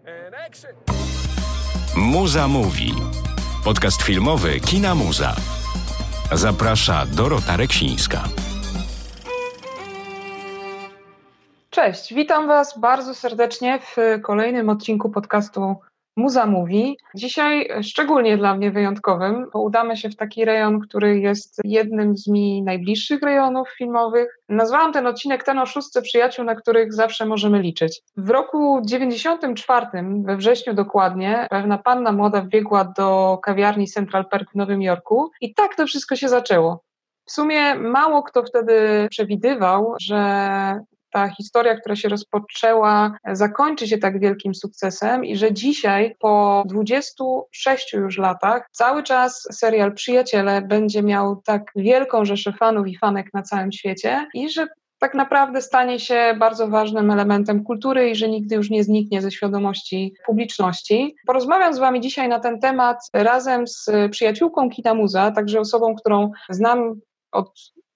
Muza mówi. Podcast filmowy Kina Muza. Zaprasza Dorota Reksińska. Cześć, witam Was bardzo serdecznie w kolejnym odcinku podcastu Muza mówi. Dzisiaj szczególnie dla mnie wyjątkowym, bo udamy się w taki rejon, który jest jednym z mi najbliższych rejonów filmowych. Nazwałam ten odcinek Ten o szóstce przyjaciół, na których zawsze możemy liczyć. W roku 94, we wrześniu dokładnie, pewna panna młoda wbiegła do kawiarni Central Park w Nowym Jorku i tak to wszystko się zaczęło. W sumie mało kto wtedy przewidywał, że ta historia, która się rozpoczęła, zakończy się tak wielkim sukcesem i że dzisiaj, po 26 już latach, cały czas serial Przyjaciele będzie miał tak wielką rzeszę fanów i fanek na całym świecie i że tak naprawdę stanie się bardzo ważnym elementem kultury i że nigdy już nie zniknie ze świadomości publiczności. Porozmawiam z Wami dzisiaj na ten temat razem z przyjaciółką Kina Muza, także osobą, którą znam od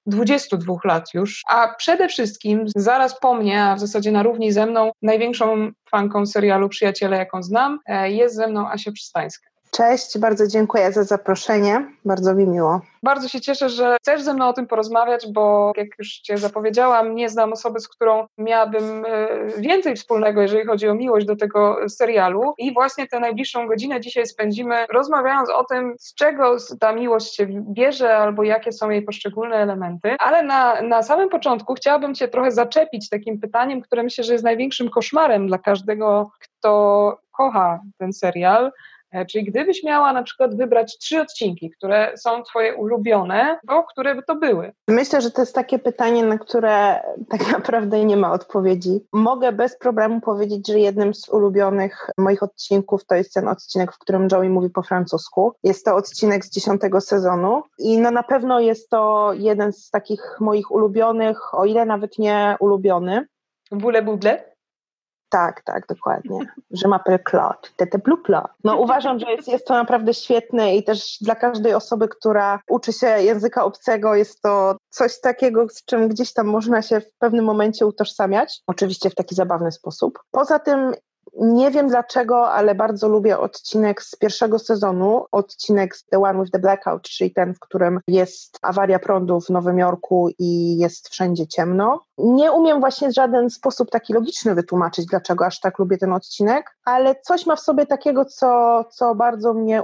22 lat już, a przede wszystkim zaraz po mnie, a w zasadzie na równi ze mną, największą fanką serialu Przyjaciele, jaką znam, jest ze mną Asia Przystańska. Cześć, bardzo dziękuję za zaproszenie, bardzo mi miło. Bardzo się cieszę, że chcesz ze mną o tym porozmawiać, bo jak już Cię zapowiedziałam, nie znam osoby, z którą miałabym więcej wspólnego, jeżeli chodzi o miłość do tego serialu i właśnie tę najbliższą godzinę dzisiaj spędzimy rozmawiając o tym, z czego ta miłość się bierze albo jakie są jej poszczególne elementy, ale na samym początku chciałabym Cię trochę zaczepić takim pytaniem, które myślę, że jest największym koszmarem dla każdego, kto kocha ten serial. Czyli gdybyś miała na przykład wybrać 3 odcinki, które są Twoje ulubione, to które by to były? Myślę, że to jest takie pytanie, na które tak naprawdę nie ma odpowiedzi. Mogę bez problemu powiedzieć, że jednym z ulubionych moich odcinków to jest ten odcinek, w którym Joey mówi po francusku. Jest to odcinek z 10. sezonu i na pewno jest to jeden z takich moich ulubionych, o ile nawet nie ulubiony. Boule boudle? Tak, dokładnie. Je m'appelle Claude, t'es blue Claude. Uważam, że jest to naprawdę świetne i też dla każdej osoby, która uczy się języka obcego, jest to coś takiego, z czym gdzieś tam można się w pewnym momencie utożsamiać. Oczywiście w taki zabawny sposób. Poza tym nie wiem dlaczego, ale bardzo lubię odcinek z 1. sezonu, odcinek z The One with the Blackout, czyli ten, w którym jest awaria prądu w Nowym Jorku i jest wszędzie ciemno. Nie umiem właśnie w żaden sposób taki logiczny wytłumaczyć, dlaczego aż tak lubię ten odcinek, ale coś ma w sobie takiego, co bardzo mnie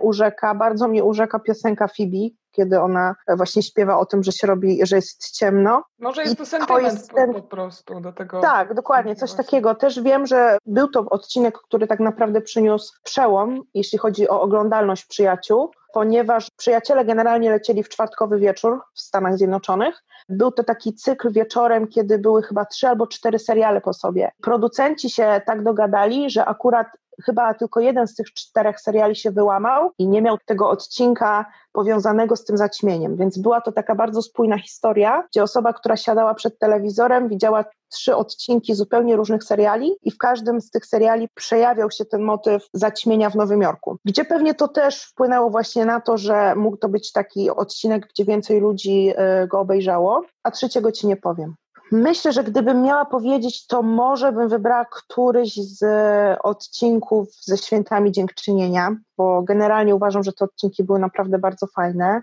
urzeka piosenka Phoebe, kiedy ona właśnie śpiewa o tym, że się robi, że jest ciemno. Może jest to sentyment po prostu do tego. Tak, dokładnie, coś takiego. Też wiem, że był to odcinek, który tak naprawdę przyniósł przełom, jeśli chodzi o oglądalność Przyjaciół, ponieważ Przyjaciele generalnie lecieli w czwartkowy wieczór w Stanach Zjednoczonych. Był to taki cykl wieczorem, kiedy były chyba 3 albo 4 seriale po sobie. Producenci się tak dogadali, że akurat chyba tylko jeden z tych 4 seriali się wyłamał i nie miał tego odcinka powiązanego z tym zaćmieniem, więc była to taka bardzo spójna historia, gdzie osoba, która siadała przed telewizorem, widziała 3 odcinki zupełnie różnych seriali i w każdym z tych seriali przejawiał się ten motyw zaćmienia w Nowym Jorku, gdzie pewnie to też wpłynęło właśnie na to, że mógł to być taki odcinek, gdzie więcej ludzi go obejrzało, a trzeciego Ci nie powiem. Myślę, że gdybym miała powiedzieć, to może bym wybrała któryś z odcinków ze Świętami Dziękczynienia, bo generalnie uważam, że te odcinki były naprawdę bardzo fajne,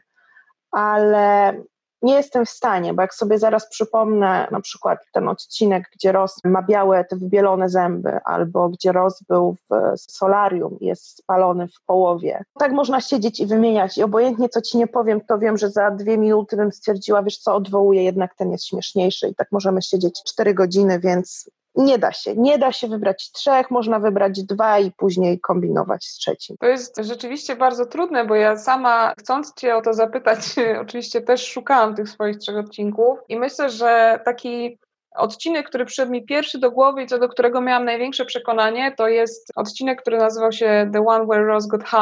ale nie jestem w stanie, bo jak sobie zaraz przypomnę na przykład ten odcinek, gdzie Ross ma białe te wybielone zęby, albo gdzie Ross był w solarium i jest spalony w połowie. Tak można siedzieć i wymieniać i obojętnie co Ci nie powiem, to wiem, że za 2 minuty bym stwierdziła, wiesz co, odwołuję, jednak ten jest śmieszniejszy i tak możemy siedzieć 4 godziny, więc nie da się wybrać 3, można wybrać 2 i później kombinować z trzecim. To jest rzeczywiście bardzo trudne, bo ja sama, chcąc Cię o to zapytać, oczywiście też szukałam tych swoich 3 odcinków i myślę, że taki odcinek, który przyszedł mi pierwszy do głowy i co do którego miałam największe przekonanie, to jest odcinek, który nazywał się The One Where Ross Got High,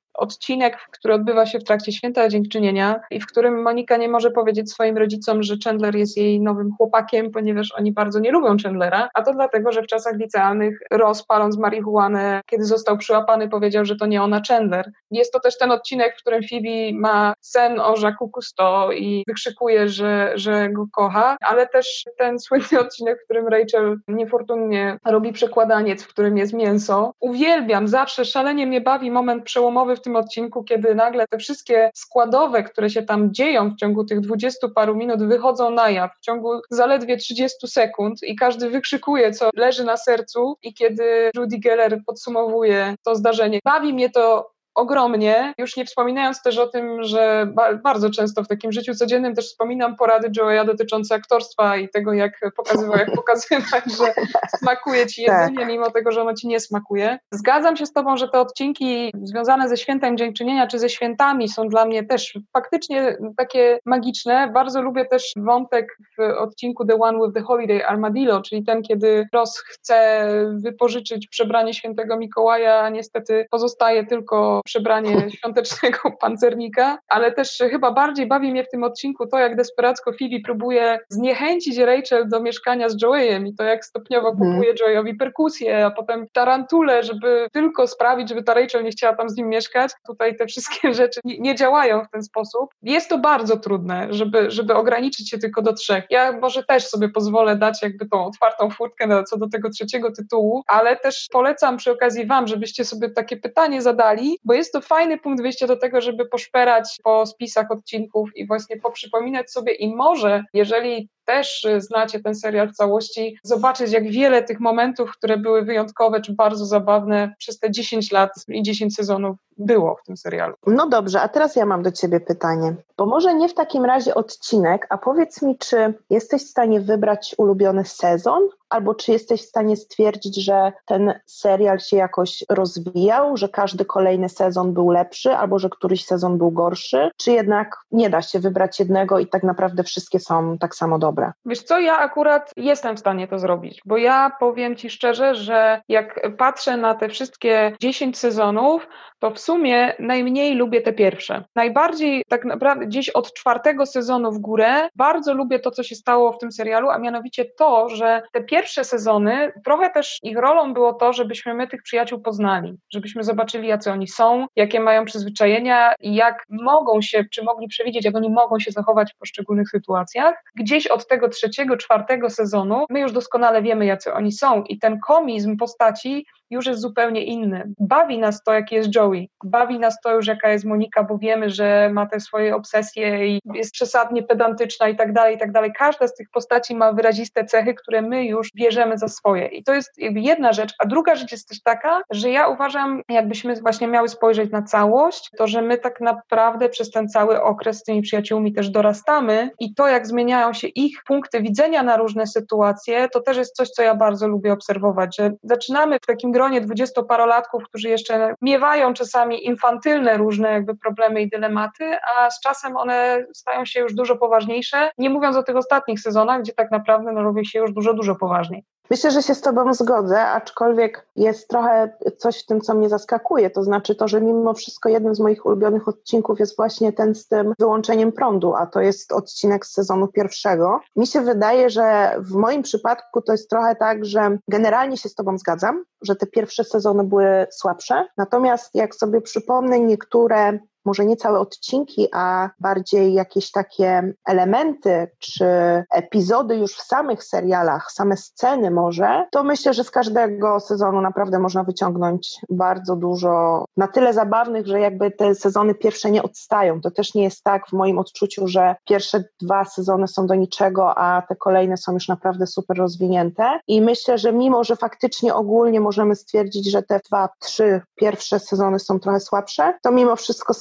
odcinek, który odbywa się w trakcie Święta Dziękczynienia i w którym Monika nie może powiedzieć swoim rodzicom, że Chandler jest jej nowym chłopakiem, ponieważ oni bardzo nie lubią Chandlera, a to dlatego, że w czasach licealnych Ross, paląc marihuanę, kiedy został przyłapany, powiedział, że to nie ona Chandler. Jest to też ten odcinek, w którym Phoebe ma sen o Jacques'u Cousteau i wykrzykuje, że go kocha, ale też ten słynny odcinek, w którym Rachel niefortunnie robi przekładaniec, w którym jest mięso. Uwielbiam, zawsze szalenie mnie bawi moment przełomowy w tym odcinku, kiedy nagle te wszystkie składowe, które się tam dzieją w ciągu tych 20 paru minut, wychodzą na jaw w ciągu zaledwie 30 sekund i każdy wykrzykuje, co leży na sercu, i kiedy Judy Geller podsumowuje to zdarzenie. Bawi mnie to ogromnie, już nie wspominając też o tym, że bardzo często w takim życiu codziennym też wspominam porady Joeya dotyczące aktorstwa i tego, jak pokazywać, że smakuje ci jedzenie, mimo tego, że ono ci nie smakuje. Zgadzam się z tobą, że te odcinki związane ze Świętem Dziękczynienia czy ze świętami są dla mnie też faktycznie takie magiczne. Bardzo lubię też wątek w odcinku The One with the Holiday Armadillo, czyli ten, kiedy Ross chce wypożyczyć przebranie Świętego Mikołaja, a niestety pozostaje tylko przebranie świątecznego pancernika, ale też chyba bardziej bawi mnie w tym odcinku to, jak desperacko Phoebe próbuje zniechęcić Rachel do mieszkania z Joeyem i to, jak stopniowo kupuje Joeyowi perkusję, a potem tarantulę, żeby tylko sprawić, żeby ta Rachel nie chciała tam z nim mieszkać. Tutaj te wszystkie rzeczy nie działają w ten sposób. Jest to bardzo trudne, żeby ograniczyć się tylko do 3. Ja może też sobie pozwolę dać jakby tą otwartą furtkę co do tego 3. tytułu, ale też polecam przy okazji wam, żebyście sobie takie pytanie zadali, bo jest to fajny punkt wyjścia do tego, żeby poszperać po spisach odcinków i właśnie poprzypominać sobie i może, jeżeli też znacie ten serial w całości, zobaczyć, jak wiele tych momentów, które były wyjątkowe czy bardzo zabawne przez te 10 lat i 10 sezonów było w tym serialu. No dobrze, a teraz ja mam do ciebie pytanie, bo może nie w takim razie odcinek, a powiedz mi, czy jesteś w stanie wybrać ulubiony sezon, albo czy jesteś w stanie stwierdzić, że ten serial się jakoś rozwijał, że każdy kolejny sezon był lepszy, albo że któryś sezon był gorszy, czy jednak nie da się wybrać jednego i tak naprawdę wszystkie są tak samo dobre? Wiesz co, ja akurat jestem w stanie to zrobić, bo ja powiem ci szczerze, że jak patrzę na te wszystkie 10 sezonów, to w sumie najmniej lubię te pierwsze. Najbardziej tak naprawdę gdzieś od 4. sezonu w górę bardzo lubię to, co się stało w tym serialu, a mianowicie to, że te pierwsze sezony, trochę też ich rolą było to, żebyśmy my tych przyjaciół poznali, żebyśmy zobaczyli, jacy oni są, jakie mają przyzwyczajenia i jak mogą się, czy mogli przewidzieć, jak oni mogą się zachować w poszczególnych sytuacjach. Gdzieś od tego 3., 4. sezonu my już doskonale wiemy, jacy oni są i ten komizm postaci już jest zupełnie inny. Bawi nas to, jaki jest Joey. Bawi nas to już, jaka jest Monika, bo wiemy, że ma te swoje obsesje i jest przesadnie pedantyczna i tak dalej, i tak dalej. Każda z tych postaci ma wyraziste cechy, które my już bierzemy za swoje. I to jest jakby jedna rzecz. A druga rzecz jest też taka, że ja uważam, jakbyśmy właśnie miały spojrzeć na całość, to, że my tak naprawdę przez ten cały okres z tymi przyjaciółmi też dorastamy i to, jak zmieniają się ich punkty widzenia na różne sytuacje, to też jest coś, co ja bardzo lubię obserwować, że zaczynamy w takim gronie 20-parolatków, którzy jeszcze miewają czasami infantylne różne jakby problemy i dylematy, a z czasem one stają się już dużo poważniejsze, nie mówiąc o tych ostatnich sezonach, gdzie tak naprawdę robi się już dużo poważniej. Myślę, że się z tobą zgodzę, aczkolwiek jest trochę coś w tym, co mnie zaskakuje, to znaczy to, że mimo wszystko jednym z moich ulubionych odcinków jest właśnie ten z tym wyłączeniem prądu, a to jest odcinek z sezonu 1. Mi się wydaje, że w moim przypadku to jest trochę tak, że generalnie się z tobą zgadzam, że te pierwsze sezony były słabsze, natomiast jak sobie przypomnę niektóre, może nie całe odcinki, a bardziej jakieś takie elementy czy epizody już w samych serialach, same sceny może, to myślę, że z każdego sezonu naprawdę można wyciągnąć bardzo dużo, na tyle zabawnych, że jakby te sezony pierwsze nie odstają. To też nie jest tak w moim odczuciu, że pierwsze 2 sezony są do niczego, a te kolejne są już naprawdę super rozwinięte i myślę, że mimo, że faktycznie ogólnie możemy stwierdzić, że te 2-3 pierwsze sezony są trochę słabsze, to mimo wszystko są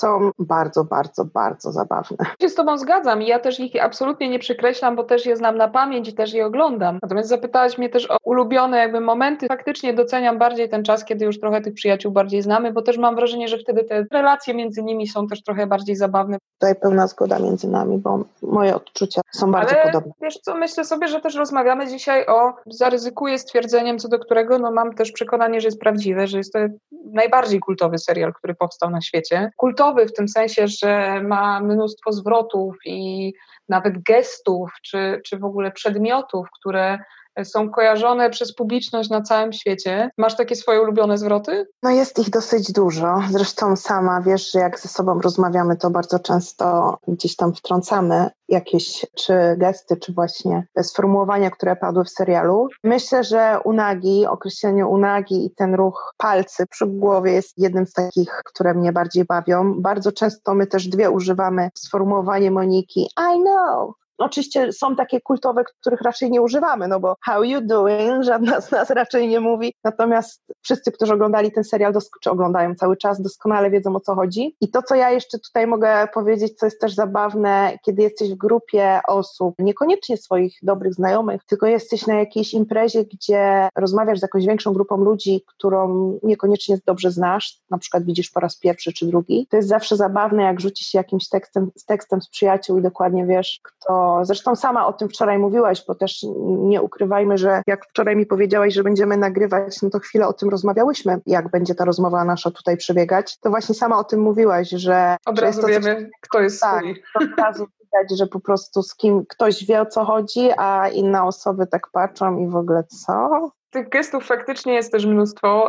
są bardzo, bardzo, bardzo zabawne. Ja się z tobą zgadzam i ja też ich absolutnie nie przekreślam, bo też je znam na pamięć i też je oglądam. Natomiast zapytałaś mnie też o ulubione jakby momenty. Faktycznie doceniam bardziej ten czas, kiedy już trochę tych przyjaciół bardziej znamy, bo też mam wrażenie, że wtedy te relacje między nimi są też trochę bardziej zabawne. Tutaj pełna zgoda między nami, bo moje odczucia są bardzo podobne. Wiesz co, myślę sobie, że też rozmawiamy dzisiaj zaryzykuję stwierdzeniem, co do którego mam też przekonanie, że jest prawdziwe, że jest to najbardziej kultowy serial, który powstał na świecie. Kultowy w tym sensie, że ma mnóstwo zwrotów i nawet gestów, czy w ogóle przedmiotów, które są kojarzone przez publiczność na całym świecie. Masz takie swoje ulubione zwroty? No jest ich dosyć dużo. Zresztą sama wiesz, że jak ze sobą rozmawiamy, to bardzo często gdzieś tam wtrącamy jakieś czy gesty, czy właśnie sformułowania, które padły w serialu. Myślę, że określenie unagi i ten ruch palcy przy głowie jest jednym z takich, które mnie bardziej bawią. Bardzo często my też dwie używamy sformułowanie Moniki I know. Oczywiście są takie kultowe, których raczej nie używamy, no bo how you doing? Żadna z nas raczej nie mówi. Natomiast wszyscy, którzy oglądali ten serial, czy oglądają cały czas, doskonale wiedzą, o co chodzi. I to, co ja jeszcze tutaj mogę powiedzieć, co jest też zabawne, kiedy jesteś w grupie osób, niekoniecznie swoich dobrych znajomych, tylko jesteś na jakiejś imprezie, gdzie rozmawiasz z jakąś większą grupą ludzi, którą niekoniecznie dobrze znasz, na przykład widzisz po raz pierwszy czy drugi. To jest zawsze zabawne, jak rzucisz się jakimś tekstem z przyjaciół i dokładnie wiesz, kto. Zresztą sama o tym wczoraj mówiłaś, bo też nie ukrywajmy, że jak wczoraj mi powiedziałaś, że będziemy nagrywać, no to chwilę o tym rozmawiałyśmy, jak będzie ta rozmowa nasza tutaj przebiegać, to właśnie sama o tym mówiłaś, że... Od razu wiemy, kto jest swój. Tak, od razu widać, że po prostu z kim ktoś wie, o co chodzi, a inne osoby tak patrzą i w ogóle co? Tych gestów faktycznie jest też mnóstwo.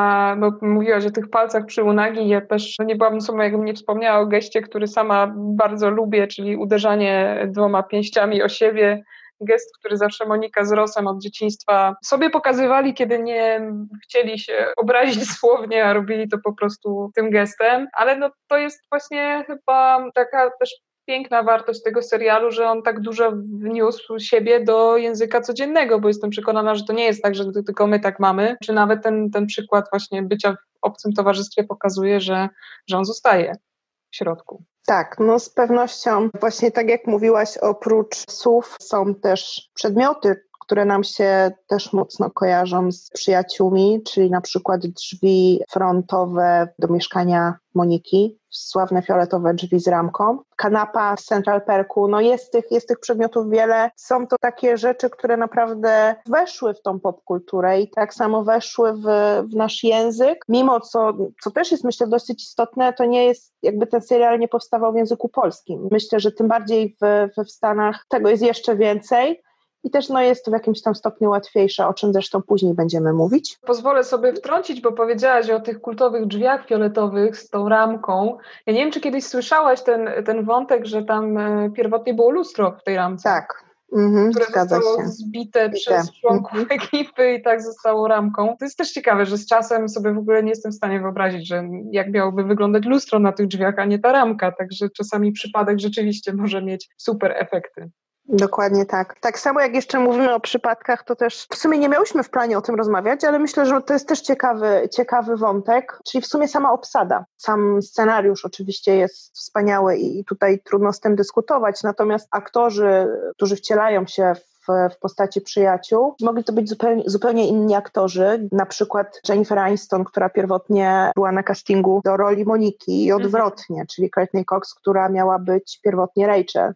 Mówiłaś o tych palcach przy unagi, ja też nie byłabym sobą, jakbym nie wspomniała o geście, który sama bardzo lubię, czyli uderzanie 2 pięściami o siebie. Gest, który zawsze Monika z Rossem od dzieciństwa sobie pokazywali, kiedy nie chcieli się obrazić słownie, a robili to po prostu tym gestem. Ale to jest właśnie chyba taka też piękna wartość tego serialu, że on tak dużo wniósł siebie do języka codziennego, bo jestem przekonana, że to nie jest tak, że tylko my tak mamy, czy nawet ten przykład właśnie bycia w obcym towarzystwie pokazuje, że on zostaje w środku. Tak, no z pewnością właśnie tak jak mówiłaś, oprócz słów są też przedmioty, które nam się też mocno kojarzą z przyjaciółmi, czyli na przykład drzwi frontowe do mieszkania Moniki, sławne fioletowe drzwi z ramką, kanapa w Central Perku, no jest tych przedmiotów wiele. Są to takie rzeczy, które naprawdę weszły w tą popkulturę i tak samo weszły w nasz język, mimo co też jest myślę dosyć istotne, to nie jest, jakby ten serial nie powstawał w języku polskim. Myślę, że tym bardziej w Stanach tego jest jeszcze więcej. I też jest to w jakimś tam stopniu łatwiejsze, o czym zresztą później będziemy mówić. Pozwolę sobie wtrącić, bo powiedziałaś o tych kultowych drzwiach fioletowych z tą ramką. Ja nie wiem, czy kiedyś słyszałaś ten wątek, że tam pierwotnie było lustro w tej ramce. Tak. Które zostało zbite przez członków ekipy i tak zostało ramką. To jest też ciekawe, że z czasem sobie w ogóle nie jestem w stanie wyobrazić, że jak miałoby wyglądać lustro na tych drzwiach, a nie ta ramka. Także czasami przypadek rzeczywiście może mieć super efekty. Dokładnie tak. Tak samo jak jeszcze mówimy o przypadkach, to też w sumie nie miałyśmy w planie o tym rozmawiać, ale myślę, że to jest też ciekawy wątek, czyli w sumie sama obsada. Sam scenariusz oczywiście jest wspaniały i tutaj trudno z tym dyskutować, natomiast aktorzy, którzy wcielają się w postaci przyjaciół, mogli to być zupełnie inni aktorzy, na przykład Jennifer Aniston, która pierwotnie była na castingu do roli Moniki i odwrotnie, czyli Courtney Cox, która miała być pierwotnie Rachel.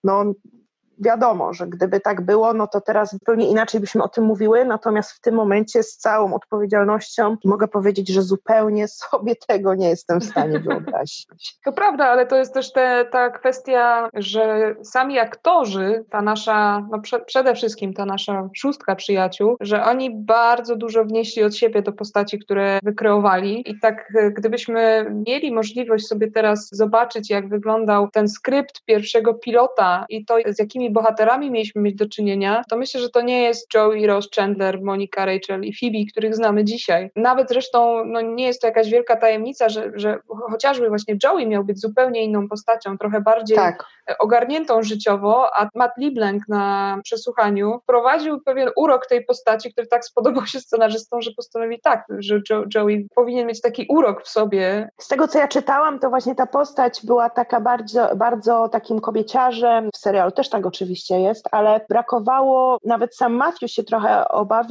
Wiadomo, że gdyby tak było, no to teraz zupełnie inaczej byśmy o tym mówiły, natomiast w tym momencie z całą odpowiedzialnością mogę powiedzieć, że zupełnie sobie tego nie jestem w stanie wyobrazić. To prawda, ale to jest też ta kwestia, że sami aktorzy, ta nasza, przede wszystkim ta nasza szóstka przyjaciół, że oni bardzo dużo wnieśli od siebie do postaci, które wykreowali i tak gdybyśmy mieli możliwość sobie teraz zobaczyć, jak wyglądał ten skrypt pierwszego pilota i to, z jakimi takimi bohaterami mieliśmy mieć do czynienia, to myślę, że to nie jest Joey, Ross, Chandler, Monica, Rachel i Phoebe, których znamy dzisiaj. Nawet zresztą nie jest to jakaś wielka tajemnica, że chociażby właśnie Joey miał być zupełnie inną postacią, trochę bardziej ogarniętą życiowo, a Matt LeBlanc na przesłuchaniu wprowadził pewien urok tej postaci, który tak spodobał się scenarzystom, że postanowili że Joey powinien mieć taki urok w sobie. Z tego, co ja czytałam, to właśnie ta postać była taka bardzo, bardzo takim kobieciarzem. W serialu też tak oczywiście jest, ale brakowało, nawet sam Matt się trochę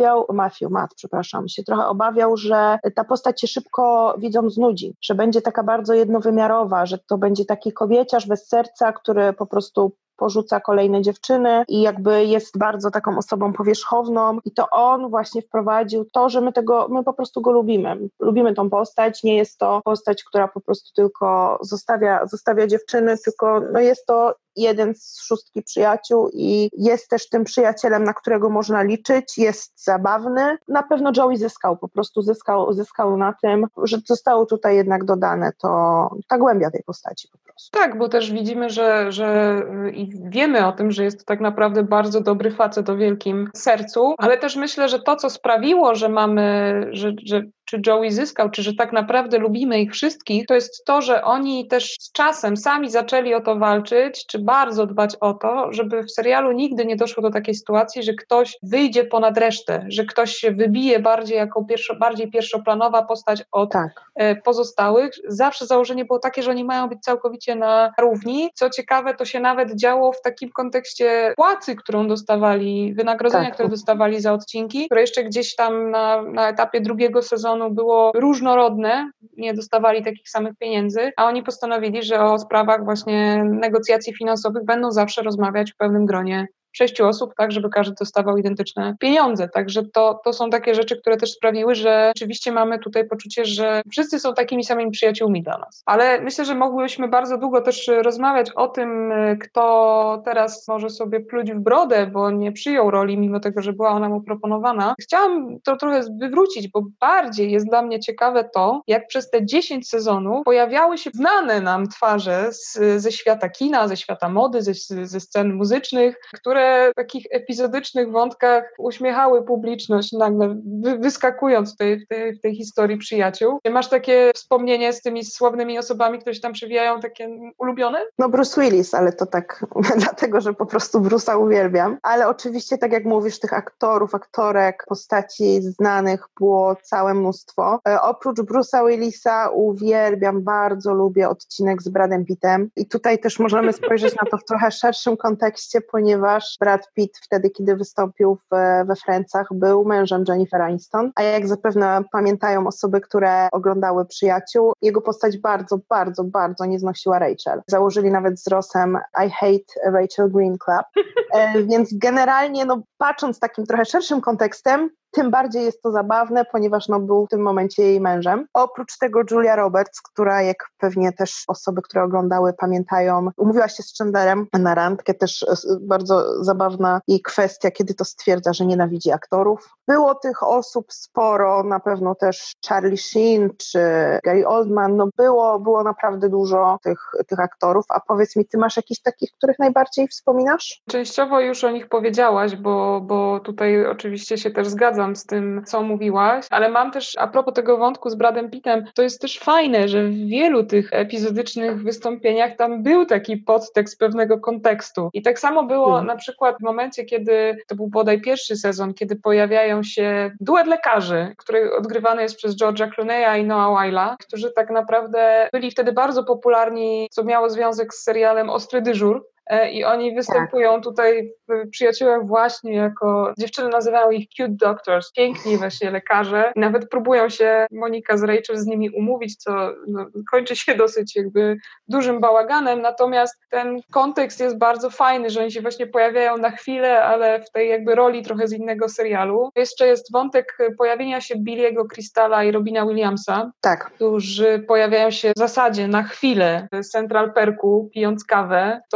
obawiał, że ta postać się szybko widzom znudzi, że będzie taka bardzo jednowymiarowa, że to będzie taki kobieciarz bez serca, który po prostu porzuca kolejne dziewczyny i jakby jest bardzo taką osobą powierzchowną i to on właśnie wprowadził to, że my po prostu go lubimy. Lubimy tą postać, nie jest to postać, która po prostu tylko zostawia dziewczyny, tylko jest to jeden z 6 przyjaciół i jest też tym przyjacielem, na którego można liczyć, jest zabawny. Na pewno Joey zyskał na tym, że zostało tutaj jednak dodane ta głębia tej postaci po prostu. Tak, bo też widzimy, że i wiemy o tym, że jest to tak naprawdę bardzo dobry facet o wielkim sercu, ale też myślę, że to, co sprawiło, że czy Joey zyskał, czy że tak naprawdę lubimy ich wszystkich, to jest to, że oni też z czasem sami zaczęli o to walczyć, czy bardzo dbać o to, żeby w serialu nigdy nie doszło do takiej sytuacji, że ktoś wyjdzie ponad resztę, że ktoś się wybije bardziej jako bardziej pierwszoplanowa postać od pozostałych. Zawsze założenie było takie, że oni mają być całkowicie na równi. Co ciekawe, to się nawet działo w takim kontekście płacy, którą dostawali, wynagrodzenia, które dostawali za odcinki, które jeszcze gdzieś tam na etapie drugiego sezonu było różnorodne, nie dostawali takich samych pieniędzy, a oni postanowili, że o sprawach właśnie negocjacji finansowych będą zawsze rozmawiać w pewnym gronie 6 osób, tak, żeby każdy dostawał identyczne pieniądze. Także to są takie rzeczy, które też sprawiły, że oczywiście mamy tutaj poczucie, że wszyscy są takimi samymi przyjaciółmi dla nas. Ale myślę, że mogłybyśmy bardzo długo też rozmawiać o tym, kto teraz może sobie pluć w brodę, bo nie przyjął roli, mimo tego, że była ona mu proponowana. Chciałam to trochę wywrócić, bo bardziej jest dla mnie ciekawe to, jak przez te 10 sezonów pojawiały się znane nam twarze ze świata kina, ze świata mody, ze scen muzycznych, które w takich epizodycznych wątkach uśmiechały publiczność, nagle wyskakując w tej historii przyjaciół. Masz takie wspomnienie z tymi sławnymi osobami, które się tam przewijają, takie ulubione? Bruce Willis, ale to tak dlatego, że po prostu Bruce'a uwielbiam. Ale oczywiście, tak jak mówisz, tych aktorów, aktorek, postaci znanych było całe mnóstwo. Oprócz Bruce'a Willisa uwielbiam, bardzo lubię odcinek z Bradem Pittem i tutaj też możemy spojrzeć na to w trochę szerszym kontekście, ponieważ Brad Pitt wtedy, kiedy wystąpił we Friendsach, był mężem Jennifer Aniston, a jak zapewne pamiętają osoby, które oglądały Przyjaciół, jego postać bardzo, bardzo, bardzo nie znosiła Rachel. Założyli nawet z Rossem I Hate Rachel Green Club, więc generalnie patrząc takim trochę szerszym kontekstem, tym bardziej jest to zabawne, ponieważ był w tym momencie jej mężem. Oprócz tego Julia Roberts, która, jak pewnie też osoby, które oglądały, pamiętają, umówiła się z Chandlerem na randkę, też bardzo zabawna jej kwestia, kiedy to stwierdza, że nienawidzi aktorów. Było tych osób sporo, na pewno też Charlie Sheen czy Gary Oldman, było naprawdę dużo tych aktorów, a powiedz mi, ty masz jakichś takich, których najbardziej wspominasz? Częściowo już o nich powiedziałaś, bo tutaj oczywiście się też zgadzam z tym, co mówiłaś, ale mam też, a propos tego wątku z Bradem Pittem, to jest też fajne, że w wielu tych epizodycznych wystąpieniach tam był taki podtekst pewnego kontekstu. I tak samo było na przykład w momencie, kiedy, to był bodaj pierwszy sezon, kiedy pojawiają się duet lekarzy, który odgrywany jest przez George'a Clooney'a i Noah Wyla, którzy tak naprawdę byli wtedy bardzo popularni, co miało związek z serialem Ostry dyżur. I oni występują tutaj w Przyjaciółach właśnie jako, dziewczyny nazywają ich cute doctors, piękni właśnie lekarze. I nawet próbują się Monika z Rachel z nimi umówić, co kończy się dosyć jakby dużym bałaganem, natomiast ten kontekst jest bardzo fajny, że oni się właśnie pojawiają na chwilę, ale w tej jakby roli trochę z innego serialu. Jeszcze jest wątek pojawienia się Billy'ego Crystala i Robina Williamsa, którzy pojawiają się w zasadzie na chwilę w Central Perku, pijąc kawę. To też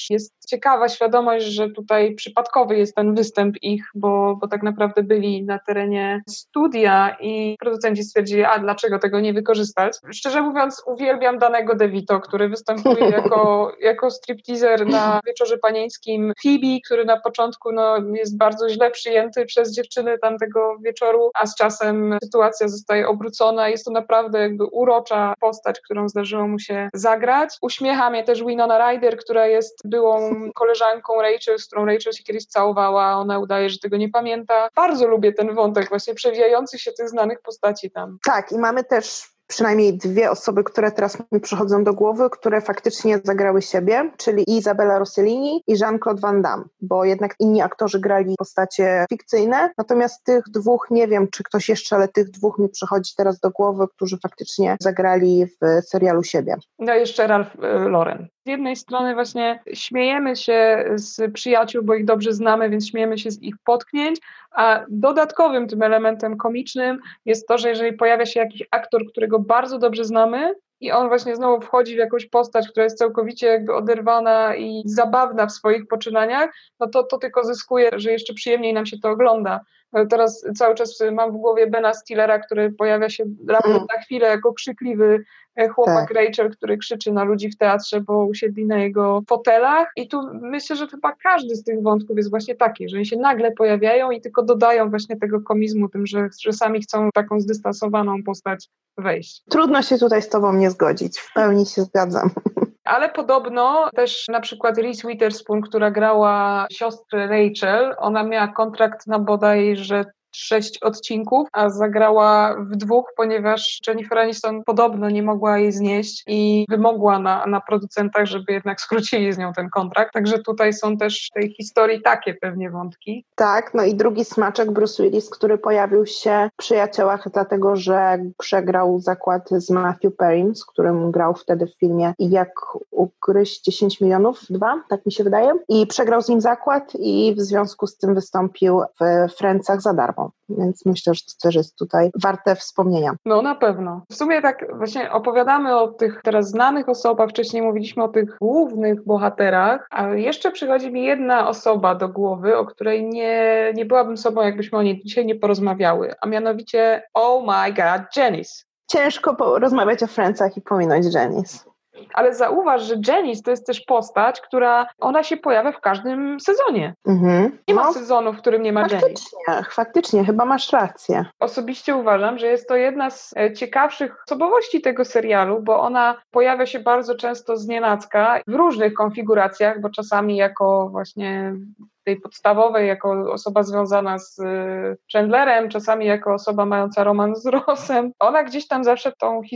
też jest ciekawa świadomość, że tutaj przypadkowy jest ten występ ich, bo tak naprawdę byli na terenie studia i producenci stwierdzili, a dlaczego tego nie wykorzystać. Szczerze mówiąc, uwielbiam Danego DeVito, który występuje jako stripteaser na wieczorze panieńskim Phoebe, który na początku jest bardzo źle przyjęty przez dziewczyny tamtego wieczoru, a z czasem sytuacja zostaje obrócona. Jest to naprawdę jakby urocza postać, którą zdarzyło mu się zagrać. Uśmiecha mnie też Winona Ryder, która jest byłą koleżanką Rachel, z którą Rachel się kiedyś całowała, ona udaje, że tego nie pamięta. Bardzo lubię ten wątek właśnie przewijających się tych znanych postaci tam. Tak, i mamy też przynajmniej dwie osoby, które teraz mi przychodzą do głowy, które faktycznie zagrały siebie, czyli Isabella Rossellini i Jean-Claude Van Damme, bo jednak inni aktorzy grali postacie fikcyjne, natomiast tych dwóch, nie wiem czy ktoś jeszcze, ale tych dwóch mi przychodzi teraz do głowy, którzy faktycznie zagrali w serialu siebie. No i jeszcze Ralph Lauren. Z jednej strony właśnie śmiejemy się z przyjaciół, bo ich dobrze znamy, więc śmiejemy się z ich potknięć, a dodatkowym tym elementem komicznym jest to, że jeżeli pojawia się jakiś aktor, którego bardzo dobrze znamy i on właśnie znowu wchodzi w jakąś postać, która jest całkowicie jakby oderwana i zabawna w swoich poczynaniach, no to tylko zyskuje, że jeszcze przyjemniej nam się to ogląda. Teraz cały czas mam w głowie Bena Stillera, który pojawia się raptem na chwilę jako krzykliwy chłopak Rachel, który krzyczy na ludzi w teatrze, bo usiedli na jego fotelach. I tu myślę, że chyba każdy z tych wątków jest właśnie taki, że oni się nagle pojawiają i tylko dodają właśnie tego komizmu tym, że sami chcą taką zdystansowaną postać wejść. Trudno się tutaj z tobą nie zgodzić, w pełni się zgadzam. Ale podobno też na przykład Reese Witherspoon, która grała siostrę Rachel, ona miała kontrakt na bodajże 6 odcinków, a zagrała w 2, ponieważ Jennifer Aniston podobno nie mogła jej znieść i wymogła na producentach, żeby jednak skrócili z nią ten kontrakt. Także tutaj są też w tej historii takie pewnie wątki. Tak, no i drugi smaczek Bruce Willis, który pojawił się w Przyjaciołach, dlatego że przegrał zakład z Matthew Perrym, z którym grał wtedy w filmie Jak ugryźć 10 milionów, 2, tak mi się wydaje. I przegrał z nim zakład i w związku z tym wystąpił w Friendsach za darmo. Więc myślę, że to też jest tutaj warte wspomnienia. No na pewno. W sumie tak właśnie opowiadamy o tych teraz znanych osobach, wcześniej mówiliśmy o tych głównych bohaterach, a jeszcze przychodzi mi jedna osoba do głowy, o której nie byłabym sobą, jakbyśmy o niej dzisiaj nie porozmawiały, a mianowicie oh my god, Janice. Ciężko rozmawiać o Friendsach i pominąć Janice. Ale zauważ, że Janice to jest też postać, ona się pojawia w każdym sezonie. Nie ma sezonu, w którym nie ma Janice. Faktycznie, chyba masz rację. Osobiście uważam, że jest to jedna z ciekawszych osobowości tego serialu, bo ona pojawia się bardzo często znienacka w różnych konfiguracjach, bo czasami jako właśnie tej podstawowej, jako osoba związana z Chandlerem, czasami jako osoba mająca romans z Rossem. Ona gdzieś tam zawsze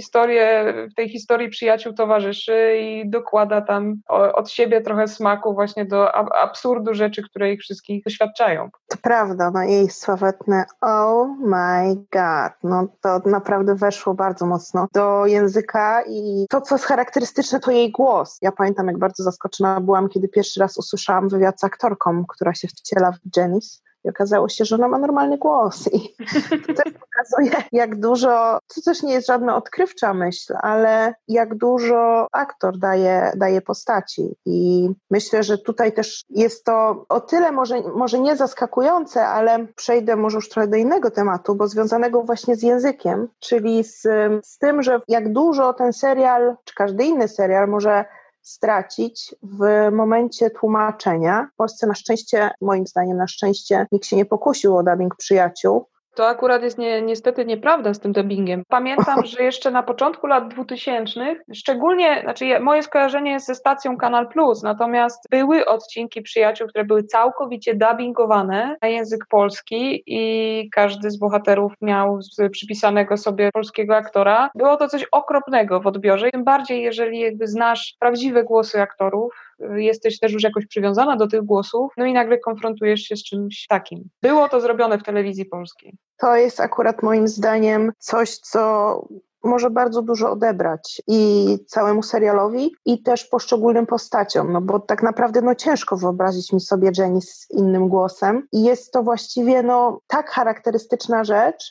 w tej historii przyjaciół towarzyszy i dokłada tam od siebie trochę smaku właśnie do absurdu rzeczy, które ich wszystkich doświadczają. To prawda, no jej sławetne oh my god, no to naprawdę weszło bardzo mocno do języka i to, co jest charakterystyczne, to jej głos. Ja pamiętam, jak bardzo zaskoczona byłam, kiedy pierwszy raz usłyszałam wywiad z aktorką, która się wciela w Janice i okazało się, że ona ma normalny głos i to też pokazuje, jak dużo, to też nie jest żadna odkrywcza myśl, ale jak dużo aktor daje postaci i myślę, że tutaj też jest to o tyle może nie zaskakujące, ale przejdę może już trochę do innego tematu, bo związanego właśnie z językiem, czyli z tym, że jak dużo ten serial, czy każdy inny serial może stracić w momencie tłumaczenia. W Polsce na szczęście, moim zdaniem na szczęście, nikt się nie pokusił o dubbing Przyjaciół. To akurat jest niestety nieprawda z tym dubbingiem. Pamiętam, że jeszcze na początku lat 2000, szczególnie, moje skojarzenie jest ze stacją Kanal Plus, natomiast były odcinki Przyjaciół, które były całkowicie dubbingowane na język polski i każdy z bohaterów miał przypisanego sobie polskiego aktora. Było to coś okropnego w odbiorze, tym bardziej jeżeli jakby znasz prawdziwe głosy aktorów, jesteś też już jakoś przywiązana do tych głosów, no i nagle konfrontujesz się z czymś takim. Było to zrobione w telewizji polskiej. To jest akurat moim zdaniem coś, co może bardzo dużo odebrać i całemu serialowi i też poszczególnym postaciom, no bo tak naprawdę ciężko wyobrazić mi sobie Janice z innym głosem i jest to właściwie tak charakterystyczna rzecz,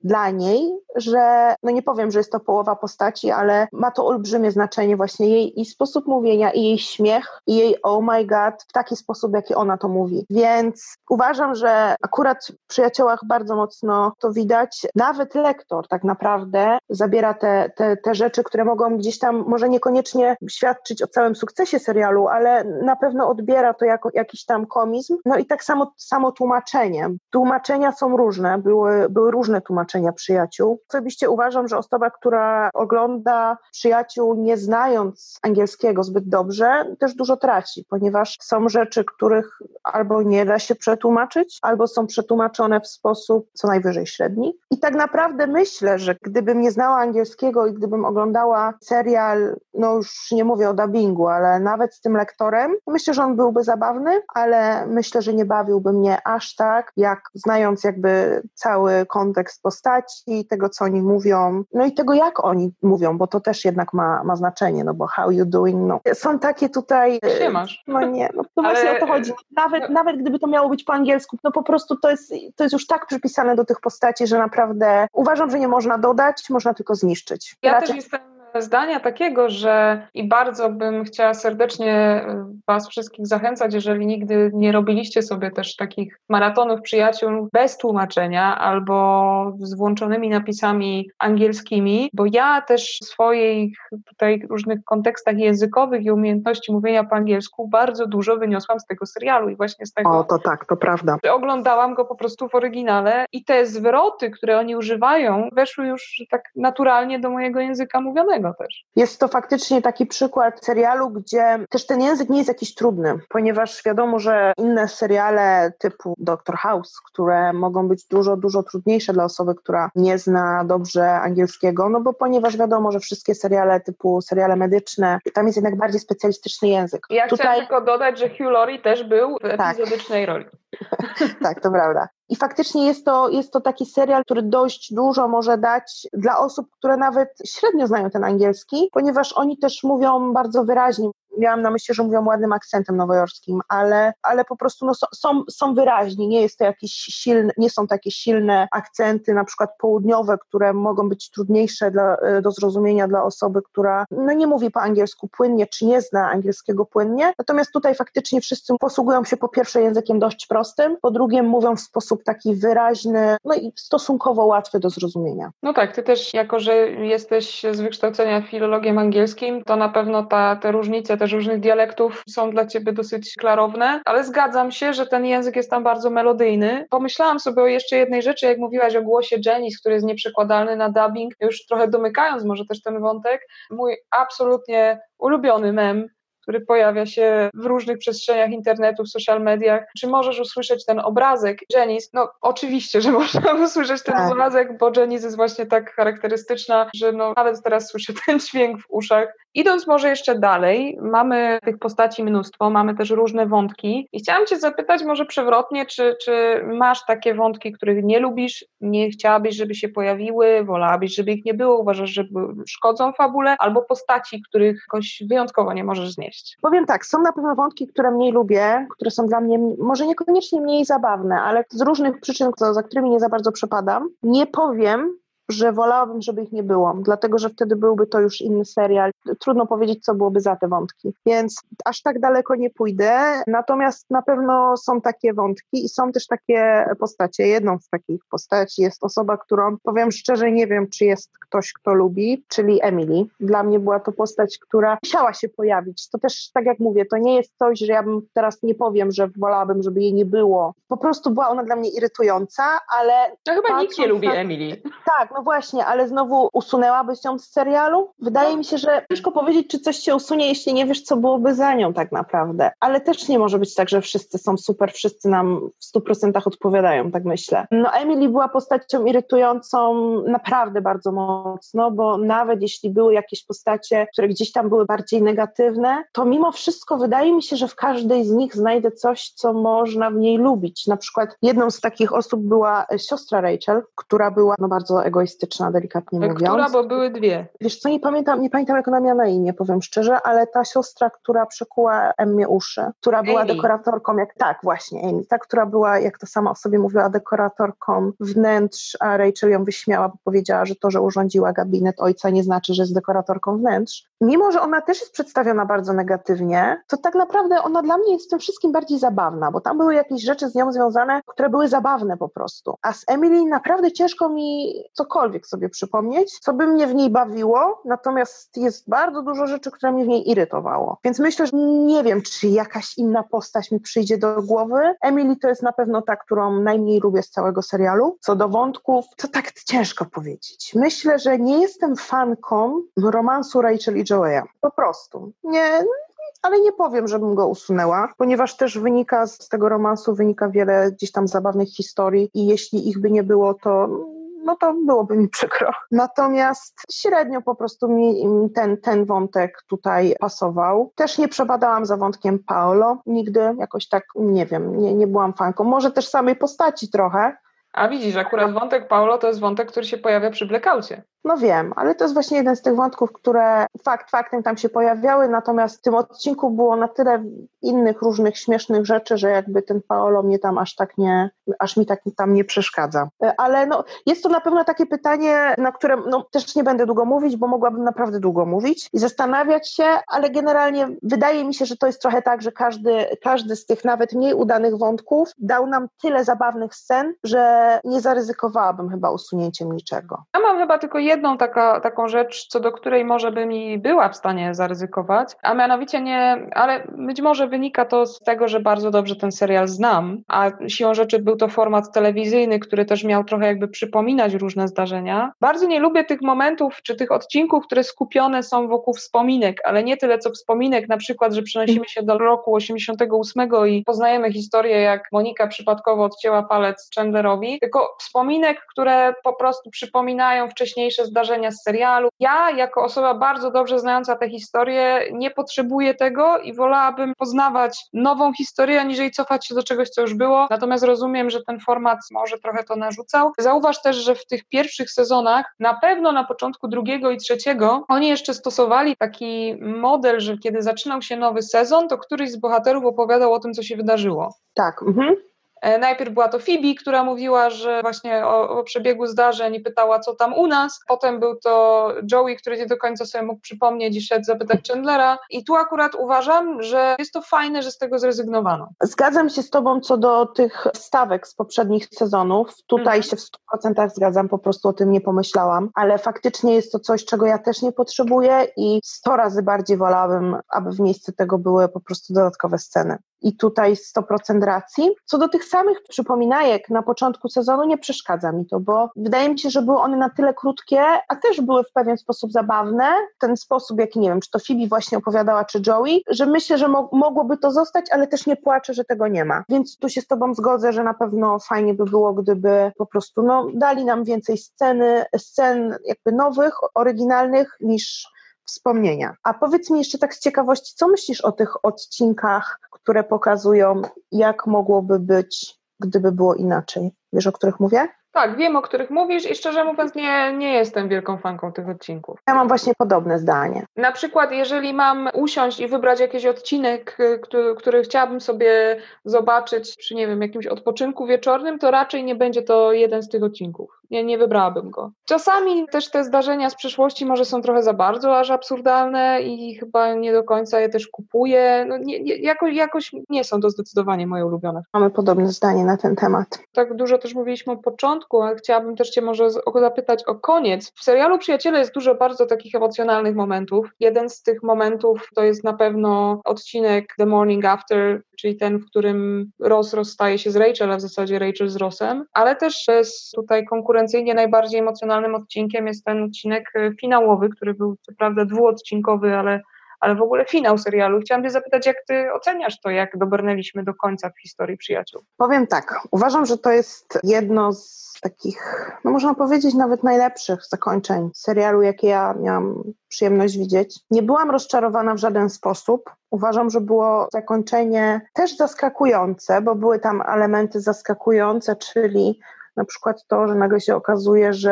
dla niej, że no nie powiem, że jest to połowa postaci, ale ma to olbrzymie znaczenie właśnie jej i sposób mówienia, i jej śmiech, i jej oh my god w taki sposób, jaki ona to mówi. Więc uważam, że akurat w Przyjaciołach bardzo mocno to widać. Nawet lektor tak naprawdę zabiera te rzeczy, które mogą gdzieś tam może niekoniecznie świadczyć o całym sukcesie serialu, ale na pewno odbiera to jako jakiś tam komizm. No i tak samo tłumaczenie. Tłumaczenia są różne, były różne tłumaczenia Przyjaciół. Osobiście uważam, że osoba, która ogląda Przyjaciół nie znając angielskiego zbyt dobrze, też dużo traci, ponieważ są rzeczy, których albo nie da się przetłumaczyć, albo są przetłumaczone w sposób co najwyżej średni. I tak naprawdę myślę, że gdybym nie znała angielskiego i gdybym oglądała serial, no już nie mówię o dubbingu, ale nawet z tym lektorem, myślę, że on byłby zabawny, ale myślę, że nie bawiłby mnie aż tak, jak znając jakby cały kontekst postaci, tego, co oni mówią, no i tego, jak oni mówią, bo to też jednak ma znaczenie, no bo how you doing, no. Są takie tutaj... Nie masz. No nie, no to właśnie o to chodzi. Nawet gdyby to miało być po angielsku, no po prostu to jest już tak przypisane do tych postaci, że naprawdę uważam, że nie można dodać, można tylko zniszczyć. Ja też jestem zdania takiego, że i bardzo bym chciała serdecznie Was wszystkich zachęcać, jeżeli nigdy nie robiliście sobie też takich maratonów Przyjaciół bez tłumaczenia albo z włączonymi napisami angielskimi, bo ja też w swoich tutaj różnych kontekstach językowych i umiejętności mówienia po angielsku bardzo dużo wyniosłam z tego serialu i właśnie z tego... O, to tak, to prawda. Oglądałam go po prostu w oryginale i te zwroty, które oni używają, weszły już tak naturalnie do mojego języka mówionego też. Jest to faktycznie taki przykład serialu, gdzie też ten język nie jest jakiś trudny, ponieważ wiadomo, że inne seriale typu Dr. House, które mogą być dużo, dużo trudniejsze dla osoby, która nie zna dobrze angielskiego, no bo ponieważ wiadomo, że wszystkie seriale typu seriale medyczne, tam jest jednak bardziej specjalistyczny język. Ja chciałam tylko dodać, że Hugh Laurie też był w epizodycznej roli. Tak, to prawda. I faktycznie jest to taki serial, który dość dużo może dać dla osób, które nawet średnio znają ten angielski, ponieważ oni też mówią bardzo wyraźnie. Miałam na myśli, że mówią ładnym akcentem nowojorskim, ale po prostu no, są wyraźni, nie jest to nie są takie silne akcenty, na przykład południowe, które mogą być trudniejsze do zrozumienia dla osoby, która no, nie mówi po angielsku płynnie, czy nie zna angielskiego płynnie. Natomiast tutaj faktycznie wszyscy posługują się po pierwsze językiem dość prostym, po drugie mówią w sposób taki wyraźny, no i stosunkowo łatwy do zrozumienia. No tak, ty też jako, że jesteś z wykształcenia filologiem angielskim, to na pewno te różnice też różnych dialektów są dla ciebie dosyć klarowne, ale zgadzam się, że ten język jest tam bardzo melodyjny. Pomyślałam sobie o jeszcze jednej rzeczy, jak mówiłaś o głosie Janice, który jest nieprzekładalny na dubbing, już trochę domykając może też ten wątek, mój absolutnie ulubiony mem, który pojawia się w różnych przestrzeniach internetu, w social mediach. Czy możesz usłyszeć ten obrazek Janice? No oczywiście, że można usłyszeć ten obrazek, bo Janice jest właśnie tak charakterystyczna, że no nawet teraz słyszę ten dźwięk w uszach. Idąc może jeszcze dalej, mamy tych postaci mnóstwo, mamy też różne wątki i chciałam cię zapytać może przewrotnie, czy masz takie wątki, których nie lubisz, nie chciałabyś, żeby się pojawiły, wolałabyś, żeby ich nie było, uważasz, że szkodzą fabule, albo postaci, których jakoś wyjątkowo nie możesz znieść? Powiem tak, są na pewno wątki, które mniej lubię, które są dla mnie może niekoniecznie mniej zabawne, ale z różnych przyczyn, za którymi nie za bardzo przepadam. Nie powiem, że wolałabym, żeby ich nie było, dlatego, że wtedy byłby to już inny serial. Trudno powiedzieć, co byłoby za te wątki, więc aż tak daleko nie pójdę, natomiast na pewno są takie wątki i są też takie postacie. Jedną z takich postaci jest osoba, którą, powiem szczerze, nie wiem, czy jest ktoś, kto lubi, czyli Emily. Dla mnie była to postać, która musiała się pojawić. To też, tak jak mówię, to nie jest coś, że ja bym teraz nie powiem, że wolałabym, żeby jej nie było. Po prostu była ona dla mnie irytująca, ale... To chyba nikt nie lubi Emily. Tak, no właśnie, ale znowu usunęłabyś ją z serialu? Wydaje mi się, że ciężko powiedzieć, czy coś się usunie, jeśli nie wiesz, co byłoby za nią tak naprawdę. Ale też nie może być tak, że wszyscy są super, wszyscy nam w 100% odpowiadają, tak myślę. No Emily była postacią irytującą naprawdę bardzo mocno, bo nawet jeśli były jakieś postacie, które gdzieś tam były bardziej negatywne, to mimo wszystko wydaje mi się, że w każdej z nich znajdę coś, co można w niej lubić. Na przykład jedną z takich osób była siostra Rachel, która była bardzo egoistyczna egoistyczna, delikatnie mówiąc. Która, bo były dwie. Wiesz co, nie pamiętam jak ona miała na imię, powiem szczerze, ale ta siostra, która przekuła Emmie uszy, która była Amy. dekoratorką, tak właśnie, Amy, ta, która była, jak to sama o sobie mówiła, dekoratorką wnętrz, a Rachel ją wyśmiała, bo powiedziała, że to, że urządziła gabinet ojca, nie znaczy, że jest dekoratorką wnętrz. Mimo że ona też jest przedstawiona bardzo negatywnie, to tak naprawdę ona dla mnie jest w tym wszystkim bardziej zabawna, bo tam były jakieś rzeczy z nią związane, które były zabawne po prostu. A z Emily naprawdę ciężko mi cokolwiek sobie przypomnieć, co by mnie w niej bawiło, natomiast jest bardzo dużo rzeczy, które mnie w niej irytowało. Więc myślę, że nie wiem, czy jakaś inna postać mi przyjdzie do głowy. Emily to jest na pewno ta, którą najmniej lubię z całego serialu. Co do wątków, to tak ciężko powiedzieć. Myślę, że nie jestem fanką romansu Rachel i Joeya. Po prostu. Nie, ale nie powiem, żebym go usunęła, ponieważ też z tego romansu wynika wiele gdzieś tam zabawnych historii i jeśli ich by nie było, to byłoby mi przykro. Natomiast średnio po prostu mi ten wątek tutaj pasował. Też nie przebadałam za wątkiem Paolo nigdy, jakoś tak, nie wiem, nie byłam fanką. Może też samej postaci trochę. A widzisz, akurat wątek Paolo to jest wątek, który się pojawia przy Blackoutie. No wiem, ale to jest właśnie jeden z tych wątków, które faktem tam się pojawiały, natomiast w tym odcinku było na tyle innych różnych śmiesznych rzeczy, że jakby ten Paolo mnie tam aż mi tak tam nie przeszkadza. Ale jest to na pewno takie pytanie, na które też nie będę długo mówić, bo mogłabym naprawdę długo mówić i zastanawiać się, ale generalnie wydaje mi się, że to jest trochę tak, że każdy z tych nawet mniej udanych wątków dał nam tyle zabawnych scen, że nie zaryzykowałabym chyba usunięciem niczego. Ja mam chyba tylko jedną taką rzecz, co do której może bym i była w stanie zaryzykować, a mianowicie ale być może wynika to z tego, że bardzo dobrze ten serial znam, a siłą rzeczy był to format telewizyjny, który też miał trochę jakby przypominać różne zdarzenia. Bardzo nie lubię tych momentów, czy tych odcinków, które skupione są wokół wspominek, ale nie tyle co wspominek, na przykład, że przenosimy się do roku 88 i poznajemy historię, jak Monika przypadkowo odcięła palec Chandlerowi, tylko wspominek, które po prostu przypominają wcześniejsze zdarzenia z serialu. Ja, jako osoba bardzo dobrze znająca tę historię, nie potrzebuję tego i wolałabym poznawać nową historię, aniżeli cofać się do czegoś, co już było. Natomiast rozumiem, że ten format może trochę to narzucał. Zauważ też, że w tych pierwszych sezonach, na pewno na początku drugiego i trzeciego, oni jeszcze stosowali taki model, że kiedy zaczynał się nowy sezon, to któryś z bohaterów opowiadał o tym, co się wydarzyło. Tak, Najpierw była to Phoebe, która mówiła, że właśnie o przebiegu zdarzeń i pytała, co tam u nas. Potem był to Joey, który nie do końca sobie mógł przypomnieć i szedł zapytać Chandlera. I tu akurat uważam, że jest to fajne, że z tego zrezygnowano. Zgadzam się z tobą co do tych wstawek z poprzednich sezonów. Tutaj się w 100% zgadzam, po prostu o tym nie pomyślałam. Ale faktycznie jest to coś, czego ja też nie potrzebuję i 100 razy bardziej wolałabym, aby w miejsce tego były po prostu dodatkowe sceny. I tutaj 100% racji. Co do tych samych przypominajek na początku sezonu nie przeszkadza mi to, bo wydaje mi się, że były one na tyle krótkie, a też były w pewien sposób zabawne. Ten sposób, jaki nie wiem, czy to Phoebe właśnie opowiadała, czy Joey, że myślę, że mogłoby to zostać, ale też nie płaczę, że tego nie ma. Więc tu się z tobą zgodzę, że na pewno fajnie by było, gdyby po prostu dali nam więcej scen jakby nowych, oryginalnych niż wspomnienia. A powiedz mi jeszcze tak z ciekawości, co myślisz o tych odcinkach, które pokazują, jak mogłoby być, gdyby było inaczej? Wiesz, o których mówię? Tak, wiem, o których mówisz i szczerze mówiąc nie jestem wielką fanką tych odcinków. Ja mam właśnie podobne zdanie. Na przykład, jeżeli mam usiąść i wybrać jakiś odcinek, który chciałabym sobie zobaczyć przy, nie wiem, jakimś odpoczynku wieczornym, to raczej nie będzie to jeden z tych odcinków. Nie wybrałabym go. Czasami też te zdarzenia z przeszłości może są trochę za bardzo aż absurdalne i chyba nie do końca je też kupuję. Jakoś nie są to zdecydowanie moje ulubione. Mamy podobne zdanie na ten temat. Tak dużo też mówiliśmy o początku, ale chciałabym też cię może zapytać o koniec. W serialu Przyjaciele jest dużo bardzo takich emocjonalnych momentów. Jeden z tych momentów to jest na pewno odcinek The Morning After, czyli ten, w którym Ross rozstaje się z Rachel, a w zasadzie Rachel z Rossem, ale też jest tutaj konkurencyjnie najbardziej emocjonalnym odcinkiem jest ten odcinek finałowy, który był co prawda dwuodcinkowy, ale w ogóle finał serialu. Chciałam cię zapytać, jak ty oceniasz to, jak dobrnęliśmy do końca w historii Przyjaciół? Powiem tak, uważam, że to jest jedno z takich, można powiedzieć nawet najlepszych zakończeń serialu, jakie ja miałam przyjemność widzieć. Nie byłam rozczarowana w żaden sposób. Uważam, że było zakończenie też zaskakujące, bo były tam elementy zaskakujące, czyli na przykład to, że nagle się okazuje, że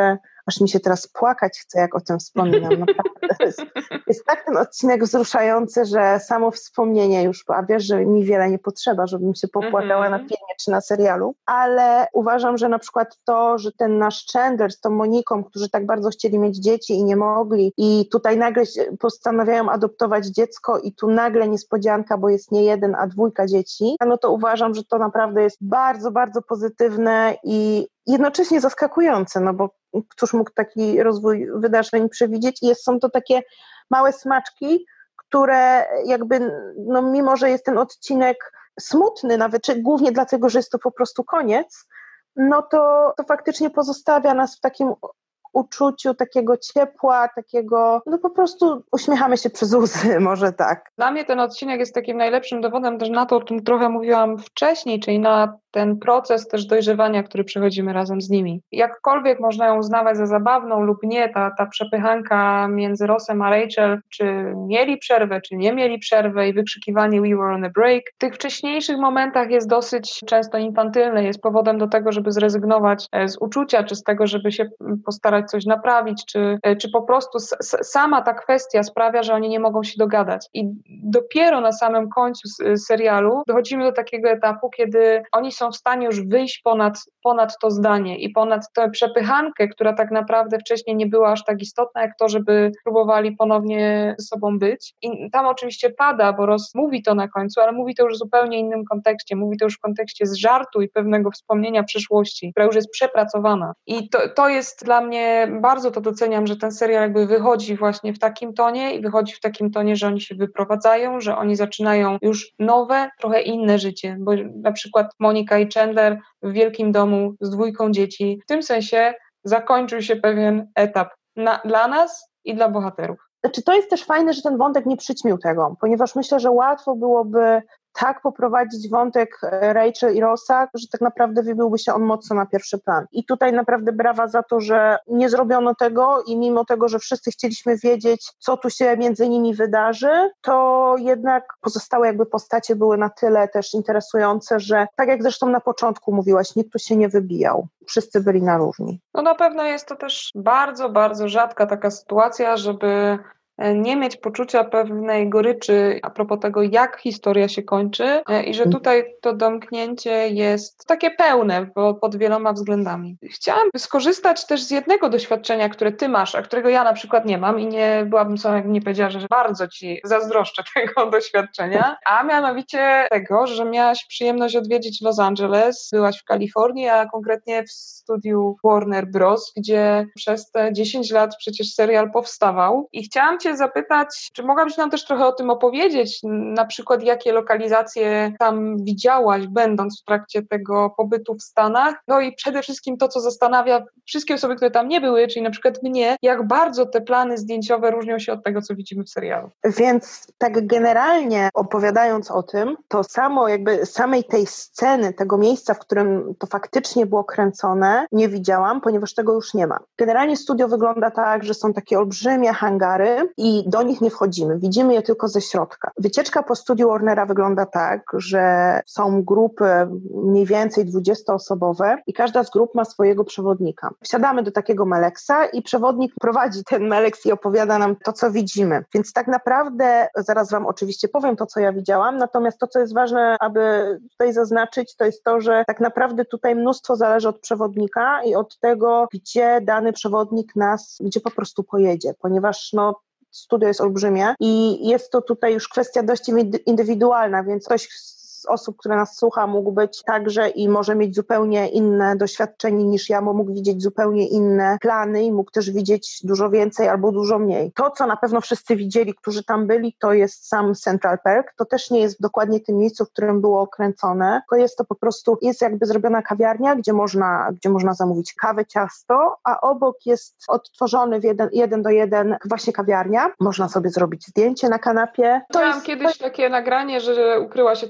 aż mi się teraz płakać chce, jak o tym wspominam. Naprawdę jest tak ten odcinek wzruszający, że samo wspomnienie już, a wiesz, że mi wiele nie potrzeba, żebym się popłakała na filmie czy na serialu, ale uważam, że na przykład to, że ten nasz Chandler z tą Moniką, którzy tak bardzo chcieli mieć dzieci i nie mogli i tutaj nagle postanawiają adoptować dziecko i tu nagle niespodzianka, bo jest nie jeden, a 2 dzieci, no to uważam, że to naprawdę jest bardzo, bardzo pozytywne i jednocześnie zaskakujące, no bo któż mógł taki rozwój wydarzeń przewidzieć i są to takie małe smaczki, które jakby, no mimo, że jest ten odcinek smutny nawet, czy głównie dlatego, że jest to po prostu koniec, no to faktycznie pozostawia nas w takim uczuciu takiego ciepła, takiego, no po prostu uśmiechamy się przez łzy, może tak. Dla mnie ten odcinek jest takim najlepszym dowodem też na to, o czym trochę mówiłam wcześniej, czyli na ten proces też dojrzewania, który przechodzimy razem z nimi. Jakkolwiek można ją uznawać za zabawną lub nie, ta przepychanka między Rossem a Rachel, czy mieli przerwę, czy nie mieli przerwę i wykrzykiwanie "We were on a break", w tych wcześniejszych momentach jest dosyć często infantylne, jest powodem do tego, żeby zrezygnować z uczucia, czy z tego, żeby się postarać coś naprawić, czy po prostu sama ta kwestia sprawia, że oni nie mogą się dogadać. I dopiero na samym końcu serialu dochodzimy do takiego etapu, kiedy oni są w stanie już wyjść ponad to zdanie i ponad tę przepychankę, która tak naprawdę wcześniej nie była aż tak istotna, jak to, żeby próbowali ponownie ze sobą być. I tam oczywiście pada, bo Ross mówi to na końcu, ale mówi to już w zupełnie innym kontekście. Mówi to już w kontekście z żartu i pewnego wspomnienia przyszłości, która już jest przepracowana. I to jest dla mnie, bardzo to doceniam, że ten serial jakby wychodzi właśnie w takim tonie i wychodzi w takim tonie, że oni się wyprowadzają, że oni zaczynają już nowe, trochę inne życie, bo na przykład Monika i Chandler w wielkim domu z 2 dzieci, w tym sensie zakończył się pewien etap dla nas i dla bohaterów. Znaczy, to jest też fajne, że ten wątek nie przyćmił tego, ponieważ myślę, że łatwo byłoby tak poprowadzić wątek Rachel i Rossa, że tak naprawdę wybiłby się on mocno na pierwszy plan. I tutaj naprawdę brawa za to, że nie zrobiono tego i mimo tego, że wszyscy chcieliśmy wiedzieć, co tu się między nimi wydarzy, to jednak pozostałe jakby postacie były na tyle też interesujące, że tak jak zresztą na początku mówiłaś, nikt tu się nie wybijał. Wszyscy byli na równi. No na pewno jest to też bardzo, bardzo rzadka taka sytuacja, żeby nie mieć poczucia pewnej goryczy a propos tego, jak historia się kończy i że tutaj to domknięcie jest takie pełne pod wieloma względami. Chciałam skorzystać też z jednego doświadczenia, które ty masz, a którego ja na przykład nie mam i nie byłabym sama, jakbym nie powiedziała, że bardzo ci zazdroszczę tego doświadczenia, a mianowicie tego, że miałaś przyjemność odwiedzić Los Angeles, byłaś w Kalifornii, a konkretnie w studiu Warner Bros., gdzie przez te 10 lat przecież serial powstawał i chciałam cię zapytać, czy mogłabyś nam też trochę o tym opowiedzieć, na przykład jakie lokalizacje tam widziałaś, będąc w trakcie tego pobytu w Stanach, no i przede wszystkim to, co zastanawia wszystkie osoby, które tam nie były, czyli na przykład mnie, jak bardzo te plany zdjęciowe różnią się od tego, co widzimy w serialu. Więc tak generalnie opowiadając o tym, to samo jakby samej tej sceny, tego miejsca, w którym to faktycznie było kręcone, nie widziałam, ponieważ tego już nie ma. Generalnie studio wygląda tak, że są takie olbrzymie hangary i do nich nie wchodzimy, widzimy je tylko ze środka. Wycieczka po studiu Warnera wygląda tak, że są grupy mniej więcej 20-osobowe i każda z grup ma swojego przewodnika. Wsiadamy do takiego Meleksa i przewodnik prowadzi ten Meleks i opowiada nam to, co widzimy. Więc tak naprawdę, zaraz wam oczywiście powiem to, co ja widziałam, natomiast to, co jest ważne, aby tutaj zaznaczyć, to jest to, że tak naprawdę tutaj mnóstwo zależy od przewodnika i od tego, gdzie dany przewodnik nas, gdzie po prostu pojedzie, ponieważ studio jest olbrzymie i jest to tutaj już kwestia dość indywidualna, więc ktoś z osób, które nas słucha, mógł być także i może mieć zupełnie inne doświadczenie niż ja, bo mógł widzieć zupełnie inne plany i mógł też widzieć dużo więcej albo dużo mniej. To, co na pewno wszyscy widzieli, którzy tam byli, to jest sam Central Park. To też nie jest dokładnie tym miejscu, w którym było kręcone, tylko jest to po prostu, jest jakby zrobiona kawiarnia, gdzie można zamówić kawę, ciasto, a obok jest odtworzony w 1:1 właśnie kawiarnia. Można sobie zrobić zdjęcie na kanapie. Miałam kiedyś takie nagranie, że ukryła się tam Jennifer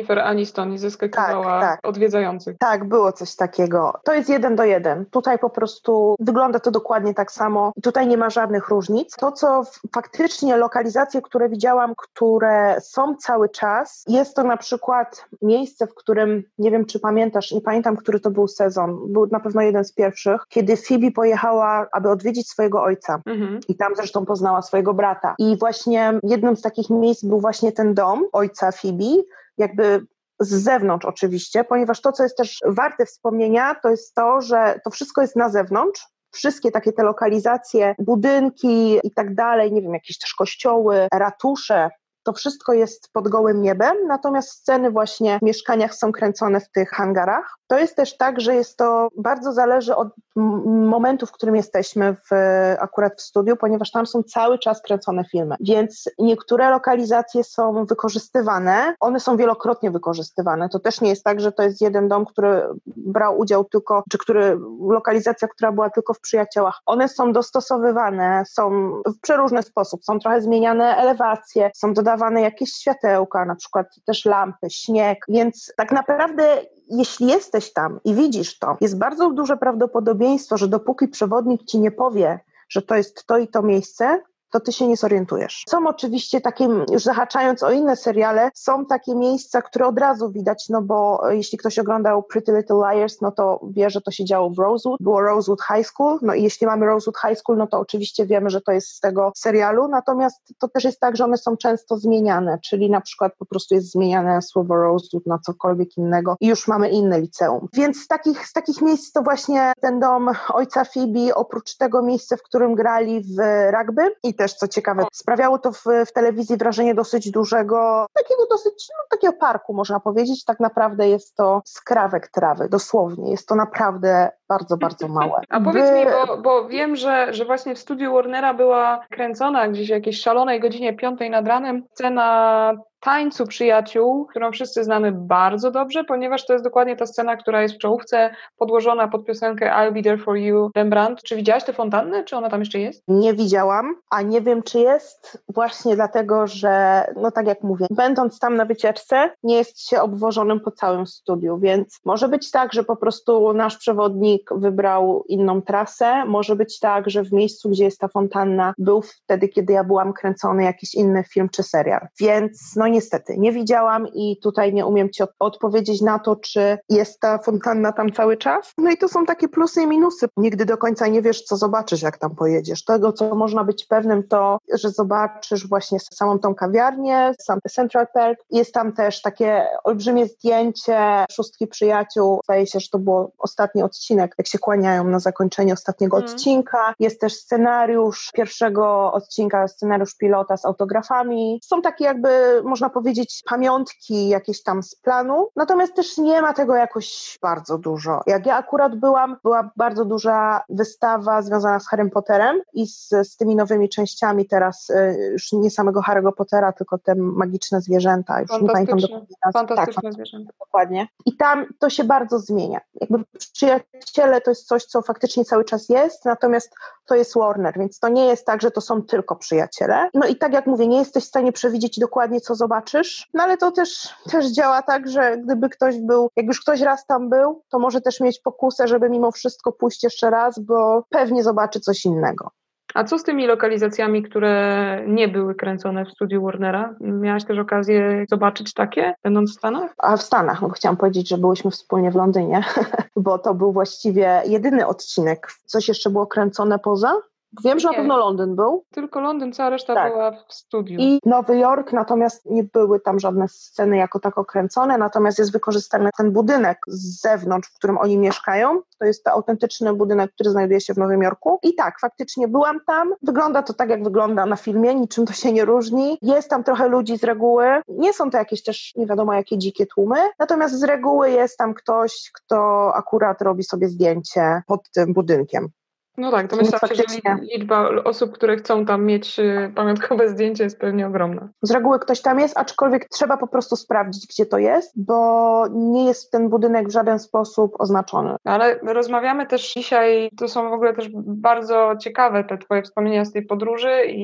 Jennifer Aniston i zaskakiwała odwiedzających. Tak, było coś takiego. To jest 1:1. Tutaj po prostu wygląda to dokładnie tak samo. Tutaj nie ma żadnych różnic. To, co faktycznie lokalizacje, które widziałam, które są cały czas, jest to na przykład miejsce, w którym, nie wiem czy pamiętasz, nie pamiętam, który to był sezon, był na pewno jeden z pierwszych, kiedy Phoebe pojechała, aby odwiedzić swojego ojca. I tam zresztą poznała swojego brata. I właśnie jednym z takich miejsc był właśnie ten dom ojca Phoebe, jakby z zewnątrz oczywiście, ponieważ to, co jest też warte wspomnienia, to jest to, że to wszystko jest na zewnątrz. Wszystkie takie te lokalizacje, budynki i tak dalej, nie wiem, jakieś też kościoły, ratusze, to wszystko jest pod gołym niebem, natomiast sceny właśnie w mieszkaniach są kręcone w tych hangarach. To jest też tak, że jest to bardzo zależy od momentu, w którym jesteśmy akurat w studiu, ponieważ tam są cały czas kręcone filmy, więc niektóre lokalizacje są wykorzystywane, one są wielokrotnie wykorzystywane. To też nie jest tak, że to jest jeden dom, który brał udział tylko, czy lokalizacja, która była tylko w Przyjaciołach. One są dostosowywane, są w przeróżny sposób, są trochę zmieniane elewacje, są dodawane jakieś światełka, na przykład też lampy, śnieg, więc tak naprawdę jeśli jesteś tam i widzisz to, jest bardzo duże prawdopodobieństwo, że dopóki przewodnik ci nie powie, że to jest to i to miejsce, to ty się nie zorientujesz. Są oczywiście takie, już zahaczając o inne seriale, są takie miejsca, które od razu widać, no bo jeśli ktoś oglądał Pretty Little Liars, no to wie, że to się działo w Rosewood, było Rosewood High School, no i jeśli mamy Rosewood High School, no to oczywiście wiemy, że to jest z tego serialu, natomiast to też jest tak, że one są często zmieniane, czyli na przykład po prostu jest zmieniane słowo Rosewood na cokolwiek innego i już mamy inne liceum. Więc z takich miejsc to właśnie ten dom ojca Phoebe, oprócz tego miejsca, w którym grali w rugby i też, co ciekawe, sprawiało to w telewizji wrażenie dosyć dużego, takiego parku, można powiedzieć. Tak naprawdę jest to skrawek trawy, dosłownie. Jest to naprawdę bardzo, bardzo małe. A powiedz mi, bo wiem, że właśnie w studiu Warnera była kręcona gdzieś o jakiejś szalonej godzinie 5 nad ranem scena Tańcu Przyjaciół, którą wszyscy znamy bardzo dobrze, ponieważ to jest dokładnie ta scena, która jest w czołówce, podłożona pod piosenkę I'll Be There For You Rembrandt. Czy widziałaś tę fontannę? Czy ona tam jeszcze jest? Nie widziałam, a nie wiem, czy jest, właśnie dlatego, że, no tak jak mówię, będąc tam na wycieczce, nie jest się obwożonym po całym studiu, więc może być tak, że po prostu nasz przewodnik wybrał inną trasę, może być tak, że w miejscu, gdzie jest ta fontanna, był wtedy, kiedy ja byłam kręcony jakiś inny film czy serial, więc no niestety, nie widziałam i tutaj nie umiem ci odpowiedzieć na to, czy jest ta fontanna tam cały czas. No i to są takie plusy i minusy. Nigdy do końca nie wiesz, co zobaczysz, jak tam pojedziesz. Tego, co można być pewnym, to, że zobaczysz właśnie samą tą kawiarnię, sam Central Park. Jest tam też takie olbrzymie zdjęcie Szóstki Przyjaciół. Zdaje się, że to był ostatni odcinek, jak się kłaniają na zakończenie ostatniego odcinka. Jest też scenariusz pierwszego odcinka, scenariusz pilota z autografami. Są takie jakby, można powiedzieć, pamiątki jakieś tam z planu, natomiast też nie ma tego jakoś bardzo dużo. Jak ja akurat była bardzo duża wystawa związana z Harrym Potterem i z tymi nowymi częściami teraz, już nie samego Harry'ego Pottera, tylko te magiczne zwierzęta. Już nie pamiętam dokładnie nazwy. Fantastyczne zwierzęta. Dokładnie. I tam to się bardzo zmienia. Jakby Przyjaciele to jest coś, co faktycznie cały czas jest, natomiast to jest Warner, więc to nie jest tak, że to są tylko przyjaciele. No i tak jak mówię, nie jesteś w stanie przewidzieć dokładnie, co zobaczysz, no ale to też działa tak, że gdyby ktoś był, jak już ktoś raz tam był, to może też mieć pokusę, żeby mimo wszystko pójść jeszcze raz, bo pewnie zobaczy coś innego. A co z tymi lokalizacjami, które nie były kręcone w studiu Warnera? Miałaś też okazję zobaczyć takie, będąc w Stanach? A w Stanach, no chciałam powiedzieć, że byłyśmy wspólnie w Londynie, bo to był właściwie jedyny odcinek. Coś jeszcze było kręcone poza? Wiem, że na pewno Londyn był. Tylko Londyn, cała reszta była w studiu. I Nowy Jork, natomiast nie były tam żadne sceny jako tako kręcone, natomiast jest wykorzystany ten budynek z zewnątrz, w którym oni mieszkają. To jest to autentyczny budynek, który znajduje się w Nowym Jorku. I tak, faktycznie byłam tam. Wygląda to tak, jak wygląda na filmie, niczym to się nie różni. Jest tam trochę ludzi z reguły. Nie są to jakieś też nie wiadomo jakie dzikie tłumy, natomiast z reguły jest tam ktoś, kto akurat robi sobie zdjęcie pod tym budynkiem. No tak, to myślę, że liczba osób, które chcą tam mieć pamiątkowe zdjęcie jest pewnie ogromna. Z reguły ktoś tam jest, aczkolwiek trzeba po prostu sprawdzić, gdzie to jest, bo nie jest ten budynek w żaden sposób oznaczony. Ale rozmawiamy też dzisiaj, to są w ogóle też bardzo ciekawe te twoje wspomnienia z tej podróży i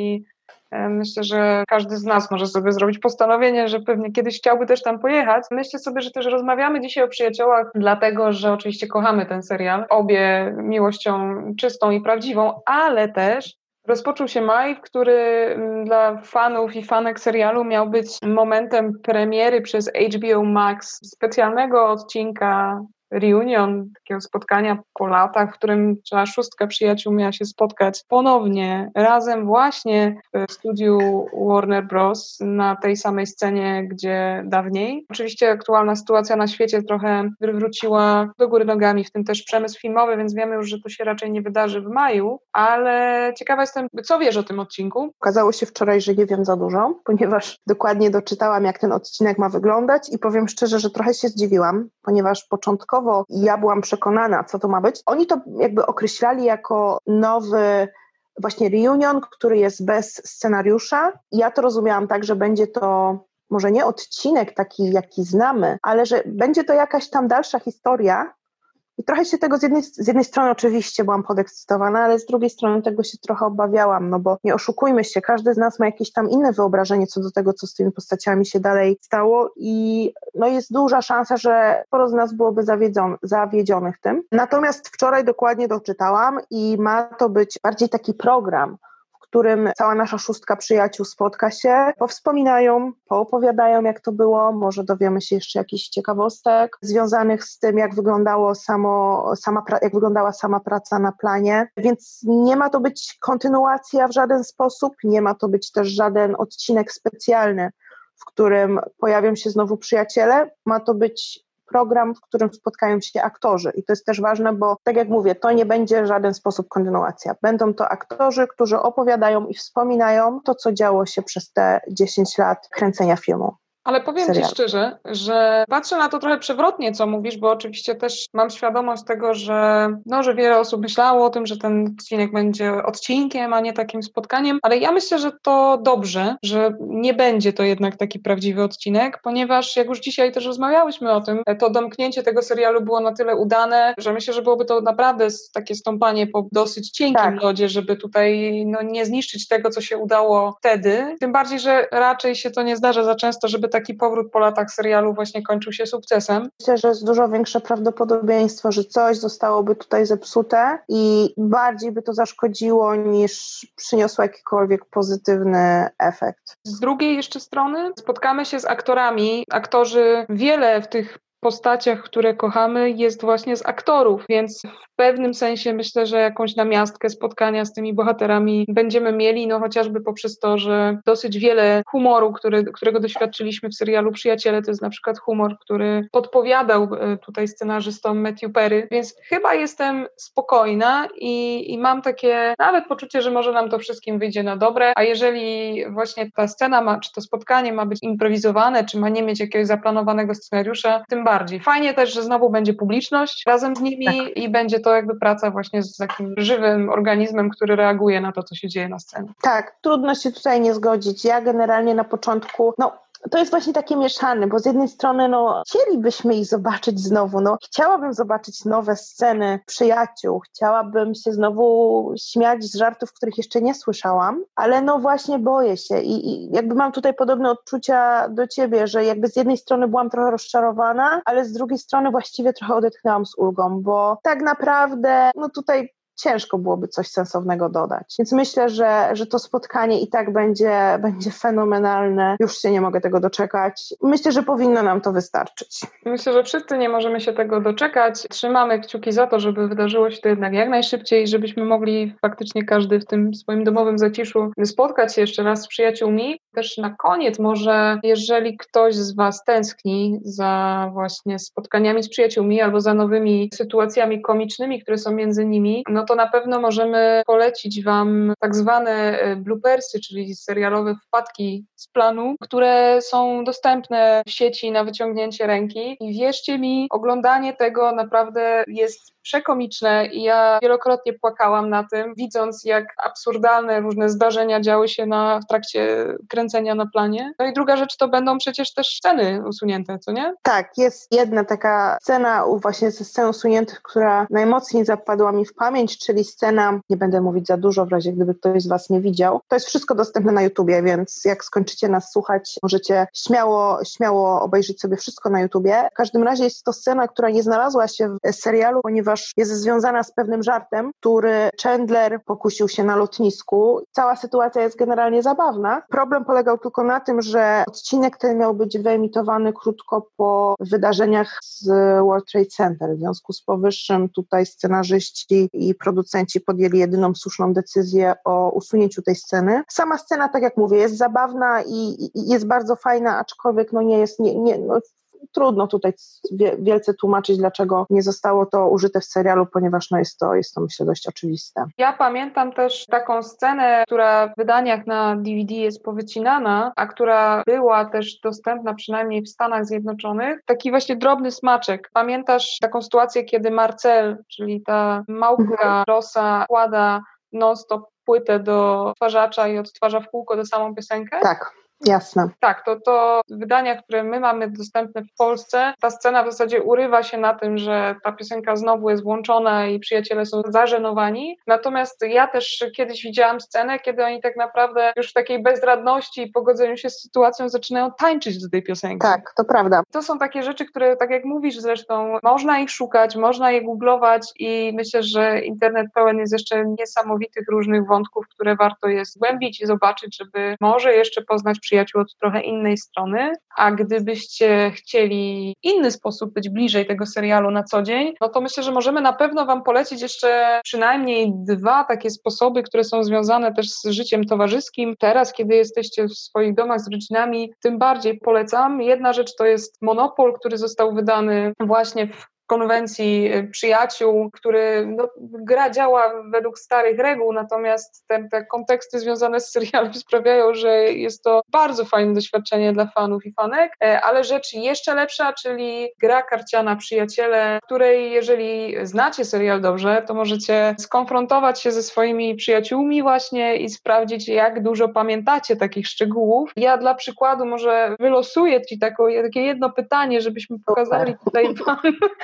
Myślę, że każdy z nas może sobie zrobić postanowienie, że pewnie kiedyś chciałby też tam pojechać. Myślę sobie, że też rozmawiamy dzisiaj o Przyjaciołach, dlatego, że oczywiście kochamy ten serial, obie miłością czystą i prawdziwą, ale też rozpoczął się maj, który dla fanów i fanek serialu miał być momentem premiery przez HBO Max specjalnego odcinka reunion, takiego spotkania po latach, w którym cała szóstka przyjaciół miała się spotkać ponownie, razem właśnie w studiu Warner Bros. Na tej samej scenie, gdzie dawniej. Oczywiście aktualna sytuacja na świecie trochę wywróciła do góry nogami, w tym też przemysł filmowy, więc wiemy już, że to się raczej nie wydarzy w maju, ale ciekawa jestem, co wiesz o tym odcinku? Okazało się wczoraj, że nie wiem za dużo, ponieważ dokładnie doczytałam, jak ten odcinek ma wyglądać i powiem szczerze, że trochę się zdziwiłam, ponieważ początkowo ja byłam przekonana, co to ma być. Oni to jakby określali jako nowy właśnie reunion, który jest bez scenariusza. Ja to rozumiałam tak, że będzie to może nie odcinek taki, jaki znamy, ale że będzie to jakaś tam dalsza historia. I trochę się tego z jednej strony oczywiście byłam podekscytowana, ale z drugiej strony tego się trochę obawiałam, no bo nie oszukujmy się, każdy z nas ma jakieś tam inne wyobrażenie co do tego, co z tymi postaciami się dalej stało i no jest duża szansa, że sporo z nas byłoby zawiedzionych tym. Natomiast wczoraj dokładnie doczytałam i ma to być bardziej taki program, w którym cała nasza szóstka przyjaciół spotka się, powspominają, poopowiadają, jak to było, może dowiemy się jeszcze jakichś ciekawostek związanych z tym, jak wyglądała sama praca na planie, więc nie ma to być kontynuacja w żaden sposób, nie ma to być też żaden odcinek specjalny, w którym pojawią się znowu przyjaciele, ma to być program, w którym spotkają się aktorzy i to jest też ważne, bo tak jak mówię, to nie będzie w żaden sposób kontynuacja. Będą to aktorzy, którzy opowiadają i wspominają to, co działo się przez te 10 lat kręcenia filmu. Ale powiem Ci szczerze, że patrzę na to trochę przewrotnie, co mówisz, bo oczywiście też mam świadomość tego, że wiele osób myślało o tym, że ten odcinek będzie odcinkiem, a nie takim spotkaniem, ale ja myślę, że to dobrze, że nie będzie to jednak taki prawdziwy odcinek, ponieważ jak już dzisiaj też rozmawiałyśmy o tym, to domknięcie tego serialu było na tyle udane, że myślę, że byłoby to naprawdę takie stąpanie po dosyć cienkim lodzie, żeby tutaj nie zniszczyć tego, co się udało wtedy. Tym bardziej, że raczej się to nie zdarza za często, żeby taki powrót po latach serialu właśnie kończył się sukcesem. Myślę, że jest dużo większe prawdopodobieństwo, że coś zostałoby tutaj zepsute i bardziej by to zaszkodziło niż przyniosło jakikolwiek pozytywny efekt. Z drugiej jeszcze strony spotkamy się z aktorami. Aktorzy wiele w tych postaciach, które kochamy, jest właśnie z aktorów, więc w pewnym sensie myślę, że jakąś namiastkę spotkania z tymi bohaterami będziemy mieli, chociażby poprzez to, że dosyć wiele humoru, którego doświadczyliśmy w serialu Przyjaciele, to jest na przykład humor, który podpowiadał tutaj scenarzystom Matthew Perry, więc chyba jestem spokojna i mam takie nawet poczucie, że może nam to wszystkim wyjdzie na dobre, a jeżeli właśnie ta scena czy to spotkanie ma być improwizowane, czy ma nie mieć jakiegoś zaplanowanego scenariusza, tym bardziej. Fajnie też, że znowu będzie publiczność razem z nimi i będzie to jakby praca właśnie z takim żywym organizmem, który reaguje na to, co się dzieje na scenie. Tak, trudno się tutaj nie zgodzić. Ja generalnie na początku, to jest właśnie takie mieszane, bo z jednej strony chcielibyśmy ich zobaczyć znowu, chciałabym zobaczyć nowe sceny przyjaciół, chciałabym się znowu śmiać z żartów, których jeszcze nie słyszałam, ale właśnie boję się i jakby mam tutaj podobne odczucia do ciebie, że jakby z jednej strony byłam trochę rozczarowana, ale z drugiej strony właściwie trochę odetchnęłam z ulgą, bo tak naprawdę tutaj ciężko byłoby coś sensownego dodać. Więc myślę, że to spotkanie i tak będzie fenomenalne. Już się nie mogę tego doczekać. Myślę, że powinno nam to wystarczyć. Myślę, że wszyscy nie możemy się tego doczekać. Trzymamy kciuki za to, żeby wydarzyło się to jednak jak najszybciej, żebyśmy mogli faktycznie każdy w tym swoim domowym zaciszu spotkać się jeszcze raz z przyjaciółmi. Też na koniec może, jeżeli ktoś z Was tęskni za właśnie spotkaniami z przyjaciółmi albo za nowymi sytuacjami komicznymi, które są między nimi, to na pewno możemy polecić Wam tak zwane bloopersy, czyli serialowe wpadki z planu, które są dostępne w sieci na wyciągnięcie ręki i wierzcie mi, oglądanie tego naprawdę jest przekomiczne i ja wielokrotnie płakałam na tym, widząc jak absurdalne różne zdarzenia działy się w trakcie kręcenia na planie. No i druga rzecz to będą przecież też sceny usunięte, co nie? Tak, jest jedna taka scena właśnie ze scen usuniętych, która najmocniej zapadła mi w pamięć, czyli scena, nie będę mówić za dużo w razie gdyby ktoś z Was nie widział. To jest wszystko dostępne na YouTubie, więc jak skończycie nas słuchać, możecie śmiało obejrzeć sobie wszystko na YouTubie. W każdym razie jest to scena, która nie znalazła się w serialu, ponieważ jest związana z pewnym żartem, który Chandler pokusił się na lotnisku. Cała sytuacja jest generalnie zabawna. Problem polegał tylko na tym, że odcinek ten miał być wyemitowany krótko po wydarzeniach z World Trade Center. W związku z powyższym tutaj scenarzyści i producenci podjęli jedyną słuszną decyzję o usunięciu tej sceny. Sama scena, tak jak mówię, jest zabawna i jest bardzo fajna, aczkolwiek trudno tutaj wielce tłumaczyć, dlaczego nie zostało to użyte w serialu, ponieważ jest to myślę dość oczywiste. Ja pamiętam też taką scenę, która w wydaniach na DVD jest powycinana, a która była też dostępna przynajmniej w Stanach Zjednoczonych. Taki właśnie drobny smaczek. Pamiętasz taką sytuację, kiedy Marcel, czyli ta małpka Rossa, wkłada non-stop płytę do odtwarzacza i odtwarza w kółko tę samą piosenkę? Tak. Jasne. Tak, to w wydaniach, które my mamy dostępne w Polsce, ta scena w zasadzie urywa się na tym, że ta piosenka znowu jest włączona i przyjaciele są zażenowani. Natomiast ja też kiedyś widziałam scenę, kiedy oni tak naprawdę już w takiej bezradności i pogodzeniu się z sytuacją zaczynają tańczyć do tej piosenki. Tak, to prawda. To są takie rzeczy, które, tak jak mówisz zresztą, można ich szukać, można je googlować i myślę, że internet pełen jest jeszcze niesamowitych różnych wątków, które warto jest głębić i zobaczyć, żeby może jeszcze poznać przyjaciół od trochę innej strony, a gdybyście chcieli inny sposób być bliżej tego serialu na co dzień, no to myślę, że możemy na pewno Wam polecić jeszcze przynajmniej 2 takie sposoby, które są związane też z życiem towarzyskim. Teraz, kiedy jesteście w swoich domach z rodzinami, tym bardziej polecam. Jedna rzecz to jest Monopol, który został wydany właśnie w konwencji przyjaciół, gra działa według starych reguł, natomiast te konteksty związane z serialem sprawiają, że jest to bardzo fajne doświadczenie dla fanów i fanek, ale rzecz jeszcze lepsza, czyli gra karciana Przyjaciele, w której jeżeli znacie serial dobrze, to możecie skonfrontować się ze swoimi przyjaciółmi właśnie i sprawdzić, jak dużo pamiętacie takich szczegółów. Ja dla przykładu może wylosuję Ci takie jedno pytanie, żebyśmy pokazali tutaj Wam,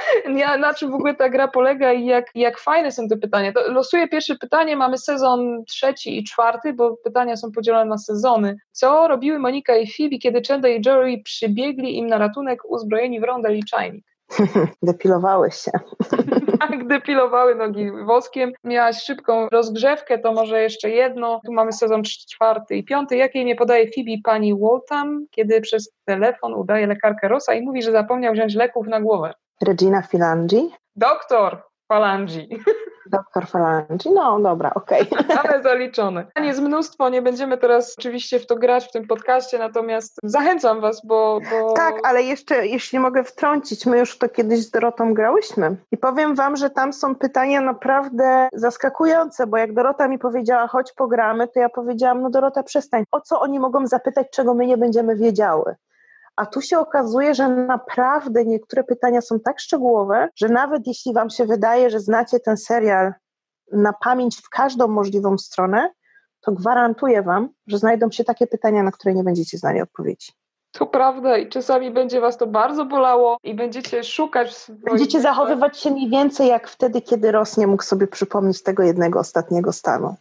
na czym w ogóle ta gra polega i jak fajne są te pytania. To losuję pierwsze pytanie, mamy sezon 3 i 4, bo pytania są podzielone na sezony. Co robiły Monika i Phoebe, kiedy Chandler i Joey przybiegli im na ratunek uzbrojeni w rondel i czajnik? Depilowały się. Tak, depilowały nogi woskiem. Miałaś szybką rozgrzewkę, to może jeszcze jedno. Tu mamy sezon 4 i 5. Jakiej nie podaje Phoebe pani Waltham, kiedy przez telefon udaje lekarkę Rossa i mówi, że zapomniał wziąć leków na głowę? Regina Falangi? Doktor Falangi. Doktor Falangi, no dobra, okej. Ale zaliczone. Jest mnóstwo, nie będziemy teraz oczywiście w to grać w tym podcaście, natomiast zachęcam Was, bo... Tak, ale jeszcze, jeśli mogę wtrącić, my już to kiedyś z Dorotą grałyśmy i powiem Wam, że tam są pytania naprawdę zaskakujące, bo jak Dorota mi powiedziała, chodź pogramy, to ja powiedziałam, no Dorota, przestań, o co oni mogą zapytać, czego my nie będziemy wiedziały? A tu się okazuje, że naprawdę niektóre pytania są tak szczegółowe, że nawet jeśli Wam się wydaje, że znacie ten serial na pamięć w każdą możliwą stronę, to gwarantuję Wam, że znajdą się takie pytania, na które nie będziecie znali odpowiedzi. To prawda i czasami będzie Was to bardzo bolało i będziecie szukać... Będziecie zachowywać się mniej więcej jak wtedy, kiedy Ross nie mógł sobie przypomnieć tego jednego ostatniego stanu.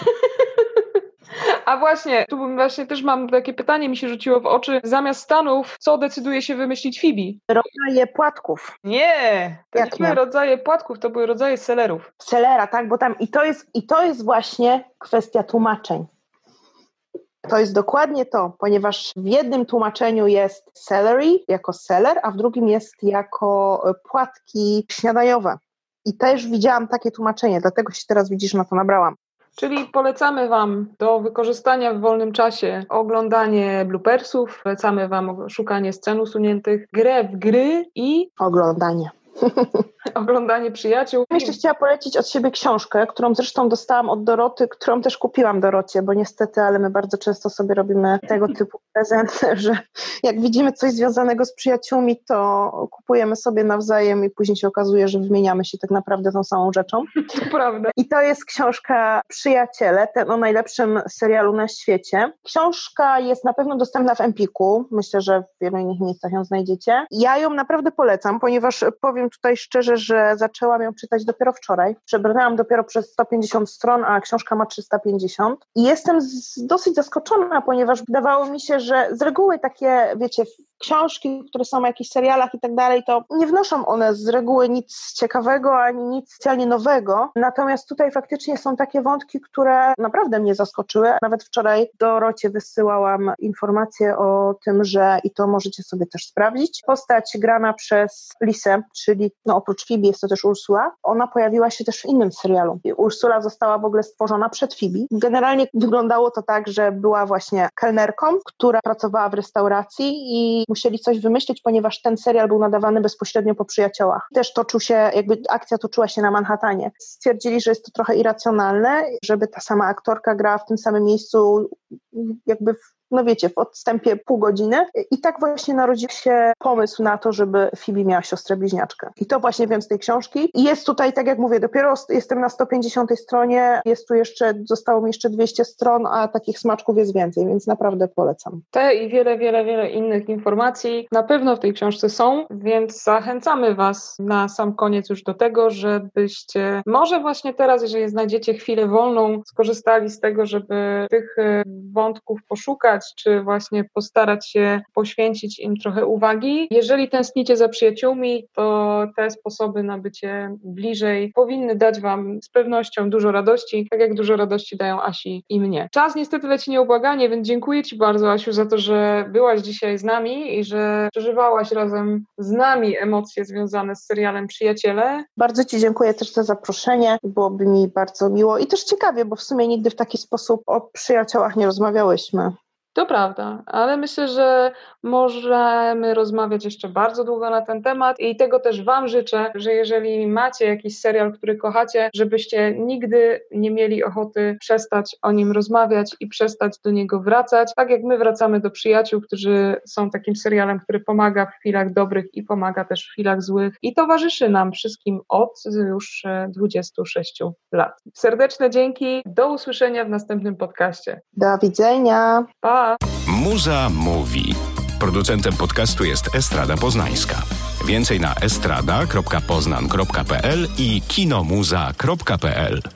A właśnie, tu właśnie też mam takie pytanie, mi się rzuciło w oczy. Zamiast stanów, co decyduje się wymyślić Phoebe? Rodzaje płatków. Nie, to nie były rodzaje płatków, to były rodzaje selerów. Selera, tak, bo tam i to jest właśnie kwestia tłumaczeń. To jest dokładnie to, ponieważ w jednym tłumaczeniu jest celery jako seller, a w drugim jest jako płatki śniadaniowe. I też widziałam takie tłumaczenie, dlatego się teraz widzisz, na to nabrałam. Czyli polecamy Wam do wykorzystania w wolnym czasie oglądanie bloopersów, polecamy Wam szukanie scen usuniętych, grę w gry i... Oglądanie. Oglądanie przyjaciół. Jeszcze chciała polecić od siebie książkę, którą zresztą dostałam od Doroty, którą też kupiłam Dorocie, bo niestety, ale my bardzo często sobie robimy tego typu prezenty, że jak widzimy coś związanego z przyjaciółmi, to kupujemy sobie nawzajem i później się okazuje, że wymieniamy się tak naprawdę tą samą rzeczą. To prawda. I to jest książka Przyjaciele, ten o najlepszym serialu na świecie. Książka jest na pewno dostępna w Empiku. Myślę, że w wielu innych miejscach ją znajdziecie. Ja ją naprawdę polecam, ponieważ powiem tutaj szczerze, że zaczęłam ją czytać dopiero wczoraj. Przebrnęłam dopiero przez 150 stron, a książka ma 350. I jestem dosyć zaskoczona, ponieważ wydawało mi się, że z reguły takie, wiecie, książki, które są w jakichś serialach i tak dalej, to nie wnoszą one z reguły nic ciekawego, ani nic specjalnie nowego. Natomiast tutaj faktycznie są takie wątki, które naprawdę mnie zaskoczyły. Nawet wczoraj Dorocie wysyłałam informację o tym, że i to możecie sobie też sprawdzić. Postać grana przez Lisę, czyli oprócz Phoebe jest to też Ursula. Ona pojawiła się też w innym serialu. Ursula została w ogóle stworzona przed Phoebe. Generalnie wyglądało to tak, że była właśnie kelnerką, która pracowała w restauracji i musieli coś wymyślić, ponieważ ten serial był nadawany bezpośrednio po Przyjaciołach. Też akcja toczyła się na Manhattanie. Stwierdzili, że jest to trochę irracjonalne, żeby ta sama aktorka grała w tym samym miejscu jakby w odstępie pół godziny. I tak właśnie narodził się pomysł na to, żeby Phoebe miała siostrę bliźniaczkę. I to właśnie wiem z tej książki. I jest tutaj, tak jak mówię, dopiero jestem na 150 stronie, zostało mi jeszcze 200 stron, a takich smaczków jest więcej, więc naprawdę polecam. Te i wiele innych informacji na pewno w tej książce są, więc zachęcamy Was na sam koniec już do tego, żebyście może właśnie teraz, jeżeli znajdziecie chwilę wolną, skorzystali z tego, żeby tych wątków poszukać, czy właśnie postarać się poświęcić im trochę uwagi. Jeżeli tęsknicie za przyjaciółmi, to te sposoby na bycie bliżej powinny dać Wam z pewnością dużo radości, tak jak dużo radości dają Asi i mnie. Czas niestety leci nieubłaganie, więc dziękuję Ci bardzo, Asiu, za to, że byłaś dzisiaj z nami i że przeżywałaś razem z nami emocje związane z serialem Przyjaciele. Bardzo Ci dziękuję też za zaproszenie, byłoby mi bardzo miło i też ciekawie, bo w sumie nigdy w taki sposób o przyjaciołach nie rozmawiałyśmy. To prawda, ale myślę, że możemy rozmawiać jeszcze bardzo długo na ten temat i tego też Wam życzę, że jeżeli macie jakiś serial, który kochacie, żebyście nigdy nie mieli ochoty przestać o nim rozmawiać i przestać do niego wracać, tak jak my wracamy do Przyjaciół, którzy są takim serialem, który pomaga w chwilach dobrych i pomaga też w chwilach złych i towarzyszy nam wszystkim od już 26 lat. Serdeczne dzięki, do usłyszenia w następnym podcaście. Do widzenia. Pa! Muza mówi. Producentem podcastu jest Estrada Poznańska. Więcej na estrada.poznan.pl i kinomuza.pl.